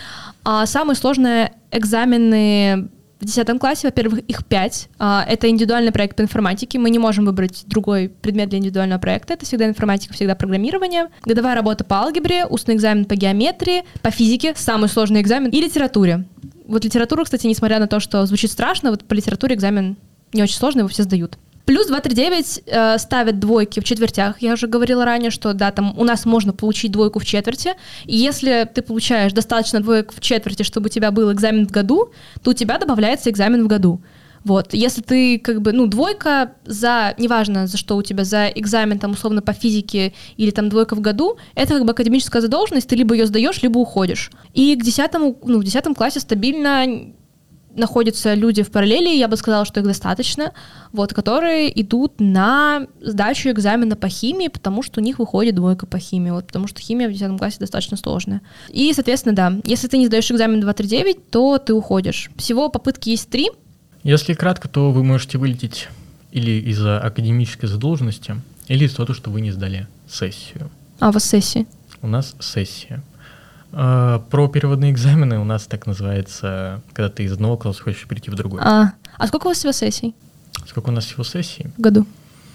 А самые сложные экзамены в десятом классе, во-первых, их пять. Это индивидуальный проект по информатике. Мы не можем выбрать другой предмет для индивидуального проекта. Это всегда информатика, всегда программирование. Годовая работа по алгебре, устный экзамен по геометрии, по физике, самый сложный экзамен, и литературе. Вот литературу, кстати, несмотря на то, что звучит страшно, вот по литературе экзамен не очень сложный, его все сдают. Плюс два тридцать девять э, ставят двойки в четвертях. Я уже говорила ранее, что да, там у нас можно получить двойку в четверти. И если ты получаешь достаточно двоек в четверти, чтобы у тебя был экзамен в году, то у тебя добавляется экзамен в году. Вот. Если ты как бы, ну, двойка за, неважно за что у тебя, за экзамен там условно по физике или там двойка в году, это как бы академическая задолженность, ты либо ее сдаешь, либо уходишь. И к десятому, ну, в десятом классе стабильно находятся люди в параллели, я бы сказала, что их достаточно, вот, которые идут на сдачу экзамена по химии, потому что у них выходит двойка по химии, вот, потому что химия в десятом классе достаточно сложная. И, соответственно, да, если ты не сдаешь экзамен два тридцать девять, то ты уходишь. Всего попытки есть три. Если кратко, то вы можете вылететь или из-за академической задолженности, или из-за того, что вы не сдали сессию. А у вас сессии? У нас сессия. Про переводные экзамены у нас так называется, когда ты из одного класса хочешь перейти в другой. А, а сколько у вас всего сессий? Сколько у нас всего сессий? В году?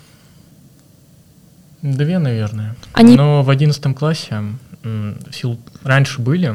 Две, наверное. Они... Но в одиннадцатом классе в силу... раньше были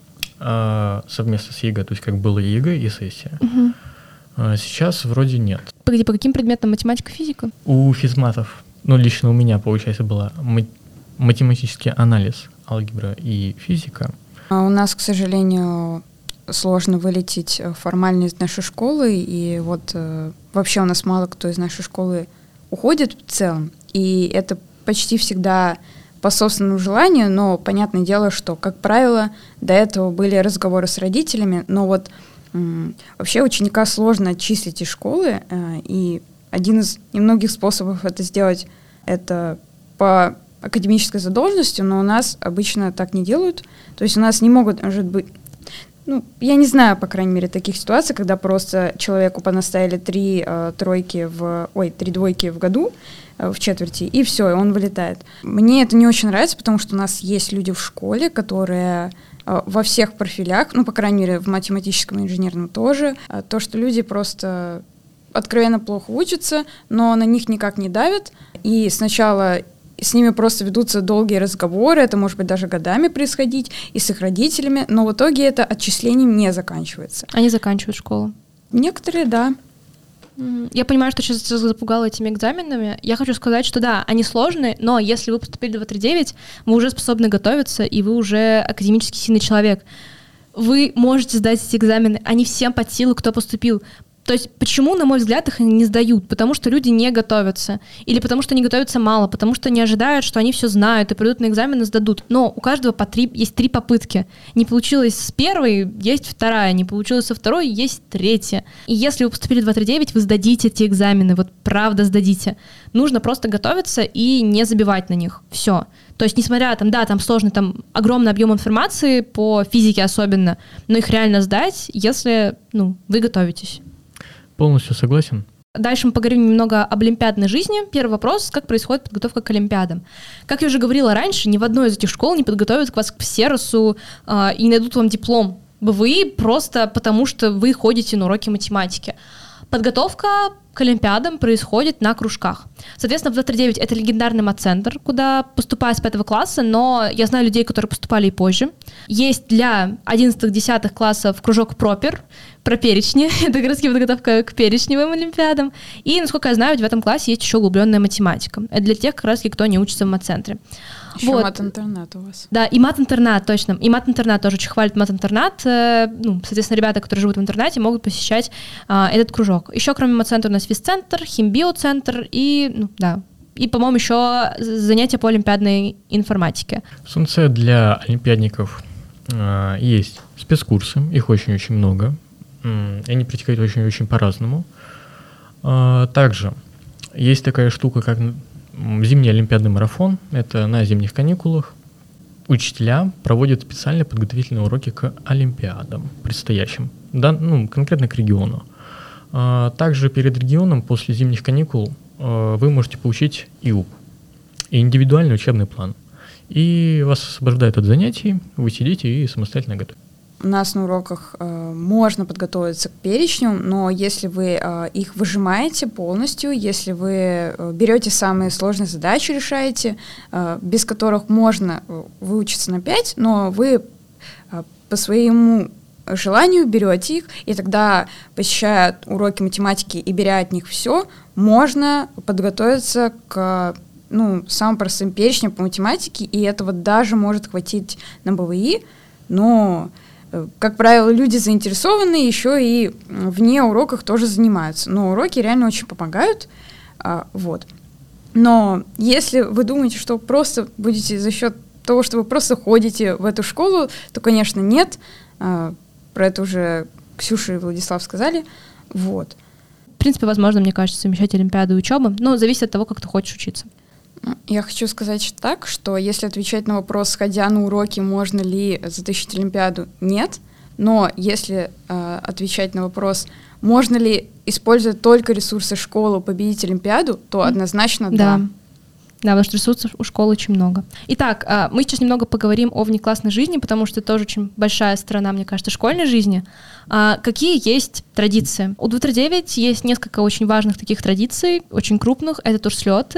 совместно с ЕГЭ, то есть как было ЕГЭ и сессия. Угу. Сейчас вроде нет. Погоди, по каким предметам? Математика, физика? У физматов, ну лично у меня, получается, была математический анализ, алгебра и физика. А у нас, к сожалению, сложно вылететь формально из нашей школы, и вот э, вообще у нас мало кто из нашей школы уходит в целом, и это почти всегда по собственному желанию, но понятное дело, что, как правило, до этого были разговоры с родителями, но вот м- вообще ученика сложно отчислить из школы, э, и один из немногих способов это сделать — это по академической задолженностью, но у нас обычно так не делают. То есть у нас не могут, может быть, ну, я не знаю, по крайней мере, таких ситуаций, когда просто человеку понаставили три э, тройки в, ой, три двойки в году, э, в четверти, и все, и он вылетает. Мне это не очень нравится, потому что у нас есть люди в школе, которые э, во всех профилях, ну, по крайней мере, в математическом и инженерном тоже, э, то, что люди просто откровенно плохо учатся, но на них никак не давят, и сначала с ними просто ведутся долгие разговоры, это может быть даже годами происходить, и с их родителями, но в итоге это отчислением не заканчивается. Они заканчивают школу? Некоторые, да. Я понимаю, что сейчас запугала этими экзаменами. Я хочу сказать, что да, они сложные, но если вы поступили в два тридцать девять, вы уже способны готовиться, и вы уже академически сильный человек. Вы можете сдать эти экзамены, они всем под силу, кто поступил. То есть почему, на мой взгляд, их не сдают? Потому что люди не готовятся. Или потому что они готовятся мало, потому что не ожидают, что они все знают и придут на экзамен и сдадут. Но у каждого по три, есть три попытки. Не получилось с первой, есть вторая. Не получилось со второй, есть третья. И если вы поступили в два тридцать девять, вы сдадите эти экзамены. Вот правда сдадите. Нужно просто готовиться и не забивать на них. Все. То есть, несмотря, там, да, там сложный, там огромный объем информации, по физике особенно, но их реально сдать, если, ну, вы готовитесь. Полностью согласен. Дальше мы поговорим немного об олимпиадной жизни. Первый вопрос, как происходит подготовка к олимпиадам. Как я уже говорила раньше, ни в одной из этих школ не подготовят вас к ПСЕРОСу э, и не дадут вам диплом БВИ просто потому, что вы ходите на уроки математики. Подготовка к олимпиадам происходит на кружках. Соответственно, в два тридцать девять это легендарный матцентр, куда поступают с пятого класса, но я знаю людей, которые поступали и позже. Есть для одиннадцатых-десятых классов кружок пропер, про перечни, это как раз подготовка к перечневым олимпиадам. И, насколько я знаю, в девятом классе есть еще углубленная математика. Это для тех, как раз, кто не учится в матцентре. Еще вот. мат-интернат у вас. Да, и мат-интернат, точно. И мат-интернат тоже очень хвалит мат-интернат. Ну, соответственно, ребята, которые живут в интернате, могут посещать а, этот кружок. Еще, кроме мат-центра, у нас физцентр, химбиоцентр и, ну, да, и, по-моему, еще занятия по олимпиадной информатике. В СУНЦ для олимпиадников э, есть спецкурсы, их очень-очень много. Они протекают очень-очень по-разному. Также есть такая штука, как зимний олимпиадный марафон. Это на зимних каникулах учителя проводят специальные подготовительные уроки к олимпиадам предстоящим, да, ну, конкретно к региону. Также перед регионом после зимних каникул вы можете получить ИУП, индивидуальный учебный план. И вас освобождают от занятий, вы сидите и самостоятельно готовите. у нас на уроках э, можно подготовиться к перечню, но если вы э, их выжимаете полностью, если вы э, берете самые сложные задачи, решаете, э, без которых можно выучиться на пять, но вы э, по своему желанию берете их, и тогда, посещая уроки математики и беря от них все, можно подготовиться к ну, самым простым перечням по математике, и этого даже может хватить на БВИ, но, как правило, люди заинтересованные еще и вне уроков тоже занимаются. Но уроки реально очень помогают. А, вот. Но если вы думаете, что просто будете за счет того, что вы просто ходите в эту школу, то, конечно, нет. А, про это уже Ксюша и Владислав сказали. Вот. В принципе, возможно, мне кажется, совмещать олимпиаду и учебу, но зависит от того, как ты хочешь учиться. Я хочу сказать так, что если отвечать на вопрос, сходя на уроки, можно ли затащить олимпиаду, нет. Но если э, отвечать на вопрос, можно ли использовать только ресурсы школы победить олимпиаду, то однозначно да. Да. Да, потому что ресурсов у школы очень много. Итак, мы сейчас немного поговорим о внеклассной жизни, потому что это тоже очень большая сторона, мне кажется, школьной жизни. Какие есть традиции? У двадцать девять есть несколько очень важных таких традиций, очень крупных. Это турслет.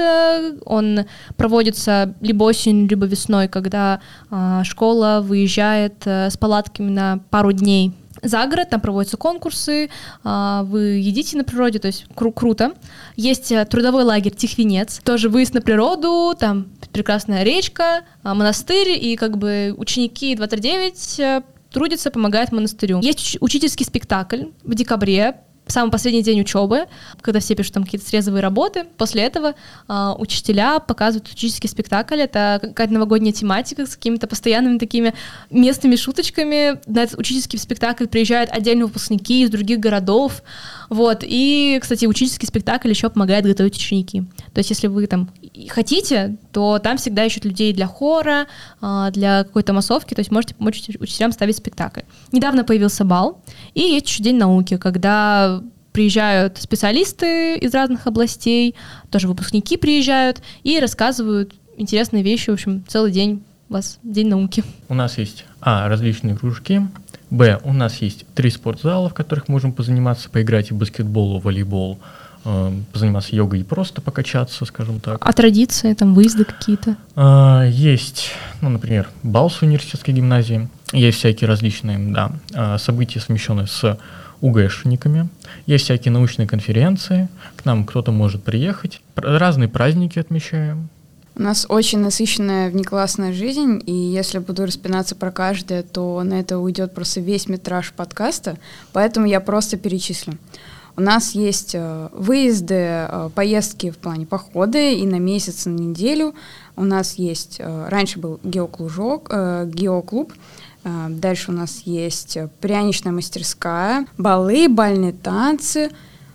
Он проводится либо осенью, либо весной, когда школа выезжает с палатками на пару дней за город, там проводятся конкурсы, вы едите на природе, то есть кру- круто. Есть трудовой лагерь «Тихвинец», тоже выезд на природу, там прекрасная речка, монастырь, и как бы ученики двадцать девять трудятся, помогают монастырю. Есть учительский спектакль в декабре, самый последний день учебы, когда все пишут там какие-то срезовые работы. После этого э, учителя показывают учительский спектакль. Это какая-то новогодняя тематика с какими-то постоянными такими местными шуточками. На этот учительский спектакль приезжают отдельные выпускники из других городов. Вот. И, кстати, учительский спектакль еще помогает готовить ученики. То есть если вы там хотите, то там всегда ищут людей для хора, э, для какой-то массовки. То есть можете помочь учителям ставить спектакль. Недавно появился бал. И есть еще День науки, когда приезжают специалисты из разных областей, тоже выпускники приезжают и рассказывают интересные вещи. В общем, целый день у вас День науки. У нас есть, а, различные кружки, б, у нас есть три спортзала, в которых можем позаниматься, поиграть в баскетбол, в волейбол, э, позаниматься йогой и просто покачаться, скажем так. А традиции, там, выезды какие-то? А, есть, ну, например, бал с университетской гимназии, есть всякие различные, да, события, совмещенные с УГЭшниками, есть всякие научные конференции, к нам кто-то может приехать, разные праздники отмечаем. У нас очень насыщенная внеклассная жизнь, и если буду распинаться про каждое, то на это уйдет просто весь метраж подкаста, поэтому я просто перечислю. У нас есть выезды, поездки в плане походы и на месяц, и на неделю. У нас есть, раньше был геоклужок, геоклуб, дальше у нас есть пряничная мастерская, балы, бальные танцы.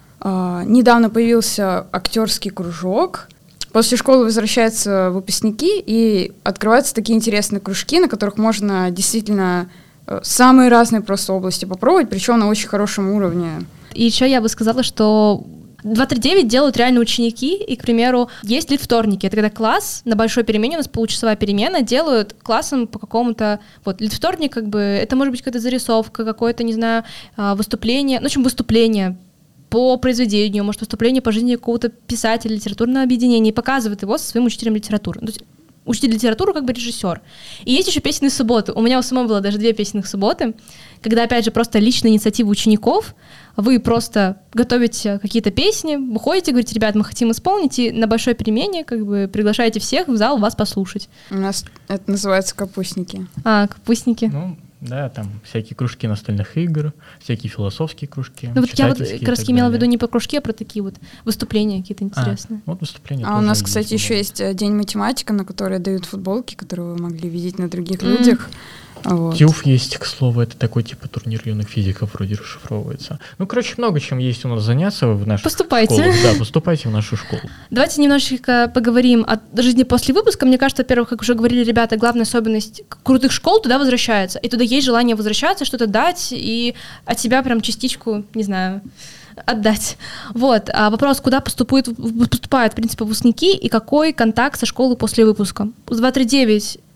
Недавно появился актерский кружок. После школы возвращаются выпускники, и открываются такие интересные кружки, на которых можно действительно самые разные просто области попробовать, причем на очень хорошем уровне. И еще я бы сказала, что двадцать девять делают реально ученики, и, к примеру, есть литвторники. Это когда класс на большой перемене, у нас получасовая перемена, делают классом по какому-то... Вот, литвторник, как бы, это может быть какая-то зарисовка, какое-то, не знаю, выступление, ну, в общем, выступление по произведению, может, выступление по жизни какого-то писателя, литературного объединения, и показывает его со своим учителем литературы. То есть учитель литературы как бы режиссер. И есть еще песенные субботы. У меня у самой было даже две песенных субботы, когда, опять же, просто личная инициатива учеников, вы просто готовите какие-то песни, выходите, говорите, ребят, мы хотим исполнить, и на большой перемене как бы приглашаете всех в зал вас послушать. У нас это называется капустники. А, капустники. Ну, да, там всякие кружки настольных игр, всякие философские кружки. Ну вот я вот как раз имела в виду не про кружки, а про такие вот выступления какие-то интересные. А, вот выступления. А у нас, кстати, еще есть День математика, на который дают футболки, которые вы могли видеть на других mm. людях. Вот. ТИУФ есть, к слову, это такой типа турнир юных физиков вроде расшифровывается. Ну, короче, много чем есть у нас заняться в нашей Поступайте. школе. Да, поступайте в нашу школу. Давайте немножечко поговорим о жизни после выпуска. Мне кажется, во-первых, как уже говорили ребята, главная особенность крутых школ туда возвращаются. И туда есть желание возвращаться, что-то дать и от себя прям частичку, не знаю, отдать. Вот. А вопрос, куда поступают, поступают, в принципе, выпускники и какой контакт со школы после выпуска. С двадцать девять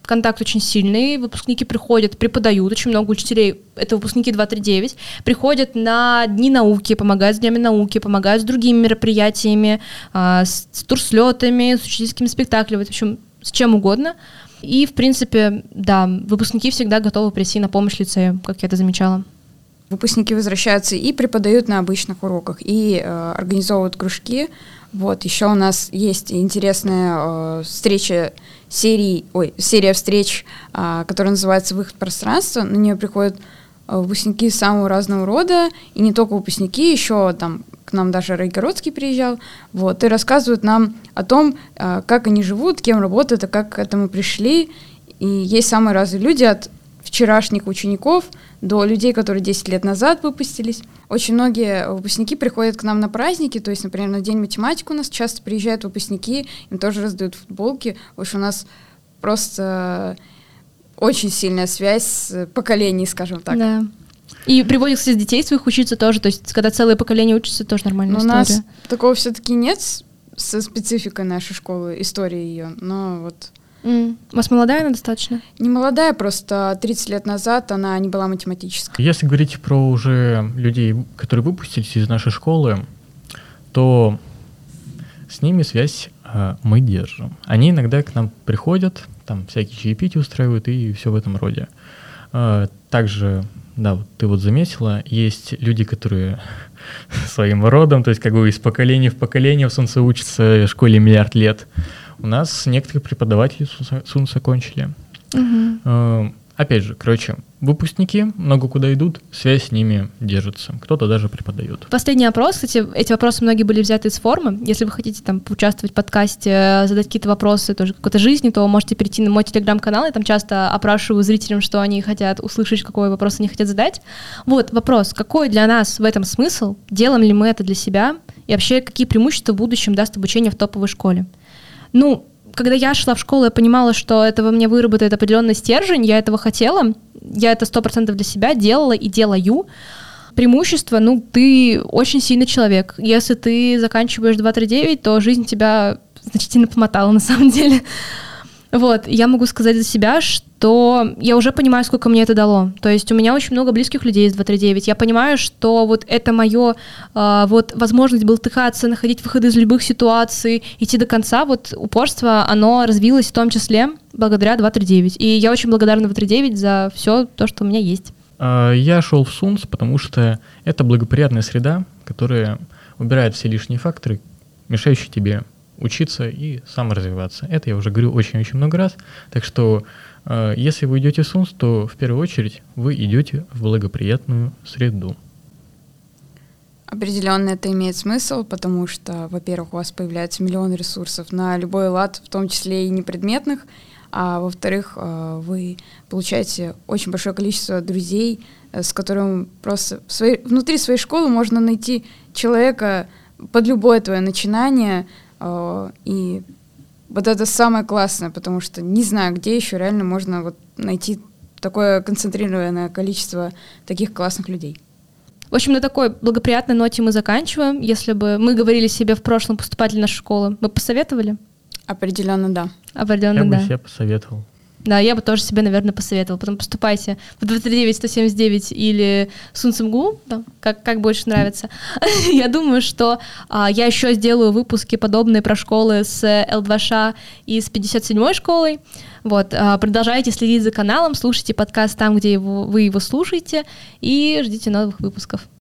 контакт очень сильный, выпускники приходят, преподают, очень много учителей, это выпускники два три девять, приходят на дни науки, помогают с днями науки, помогают с другими мероприятиями, с, с турслетами, с учительскими спектаклями, в общем, с чем угодно. И, в принципе, да, выпускники всегда готовы прийти на помощь лицею, как я это замечала. Выпускники возвращаются и преподают на обычных уроках, и э, организовывают кружки. Вот, еще у нас есть интересная э, встреча серии, ой, серия встреч, э, которая называется «Выход в пространство». На нее приходят э, выпускники самого разного рода, и не только выпускники, еще там к нам даже Райгородский приезжал, вот, и рассказывают нам о том, э, как они живут, кем работают, и как к этому пришли. И есть самые разные люди, от вчерашних учеников до людей, которые десять лет назад выпустились. Очень многие выпускники приходят к нам на праздники, то есть, например, на День математики у нас часто приезжают выпускники, им тоже раздают футболки. В общем, у нас просто очень сильная связь с поколений, скажем так. Да. И приводят, кстати, детей своих учиться тоже, то есть, когда целое поколение учится, тоже нормальная но история. У нас такого все-таки нет со спецификой нашей школы, истории ее, но вот... Mm. У вас молодая она достаточно? Не молодая, просто тридцать лет назад она не была математической. Если говорить про уже людей, которые выпустились из нашей школы, то с ними связь э, мы держим. Они иногда к нам приходят, там всякие чаепития устраивают и все в этом роде. Э, также, да, вот ты вот заметила, есть люди, которые своим родом, то есть как бы из поколения в поколение в Сунце учатся в школе миллиард лет. У нас некоторые преподаватели Сунца кончили. Uh-huh. Э, опять же, короче, выпускники много куда идут, связь с ними держится. Кто-то даже преподает. Последний опрос, кстати, эти вопросы многие были взяты из формы. Если вы хотите там поучаствовать в подкасте, задать какие-то вопросы тоже какой-то жизни, то можете перейти на мой телеграм-канал. Я там часто опрашиваю зрителям, что они хотят услышать, какой вопрос они хотят задать. Вот вопрос, какой для нас в этом смысл? Делаем ли мы это для себя? И вообще, какие преимущества в будущем даст обучение в топовой школе? Ну, когда я шла в школу, я понимала, что это во мне выработает определенный стержень, я этого хотела, я это сто процентов для себя делала и делаю. Преимущество, ну, ты очень сильный человек. Если ты заканчиваешь два три девять, то жизнь тебя значительно помотала на самом деле. Вот, я могу сказать за себя, что я уже понимаю, сколько мне это дало. То есть у меня очень много близких людей из два три девять. Я понимаю, что вот это мое, э, вот возможность болтыхаться, находить выходы из любых ситуаций, идти до конца, вот упорство, оно развилось в том числе благодаря два три девять. И я очень благодарна два три девять за все то, что у меня есть. Я шел в Сунц, потому что это благоприятная среда, которая убирает все лишние факторы, мешающие тебе учиться и саморазвиваться. Это я уже говорю очень-очень много раз. Так что, э, если вы идете в Сунц, то в первую очередь вы идете в благоприятную среду. Определенно это имеет смысл, потому что, во-первых, у вас появляется миллион ресурсов на любой лад, в том числе и непредметных, а во-вторых, э, вы получаете очень большое количество друзей, э, с которым просто в своей, внутри своей школы можно найти человека под любое твое начинание. И вот это самое классное, потому что не знаю, где еще реально можно вот найти такое концентрированное количество таких классных людей. В общем, на такой благоприятной ноте мы заканчиваем. Если бы мы говорили себе в прошлом поступать в нашу школу, мы посоветовали? Определенно, да. Определенно, Я да. бы себе посоветовал. Да, я бы тоже себе, наверное, посоветовала. Потом поступайте в два три девять сто семьдесят девять или СунцМГУ, да, как, как больше нравится. Я думаю, что а, я еще сделаю выпуски подобные про школы с эл два ша и с пятьдесят седьмой школой. Вот, а, продолжайте следить за каналом, слушайте подкаст там, где его, вы его слушаете, и ждите новых выпусков.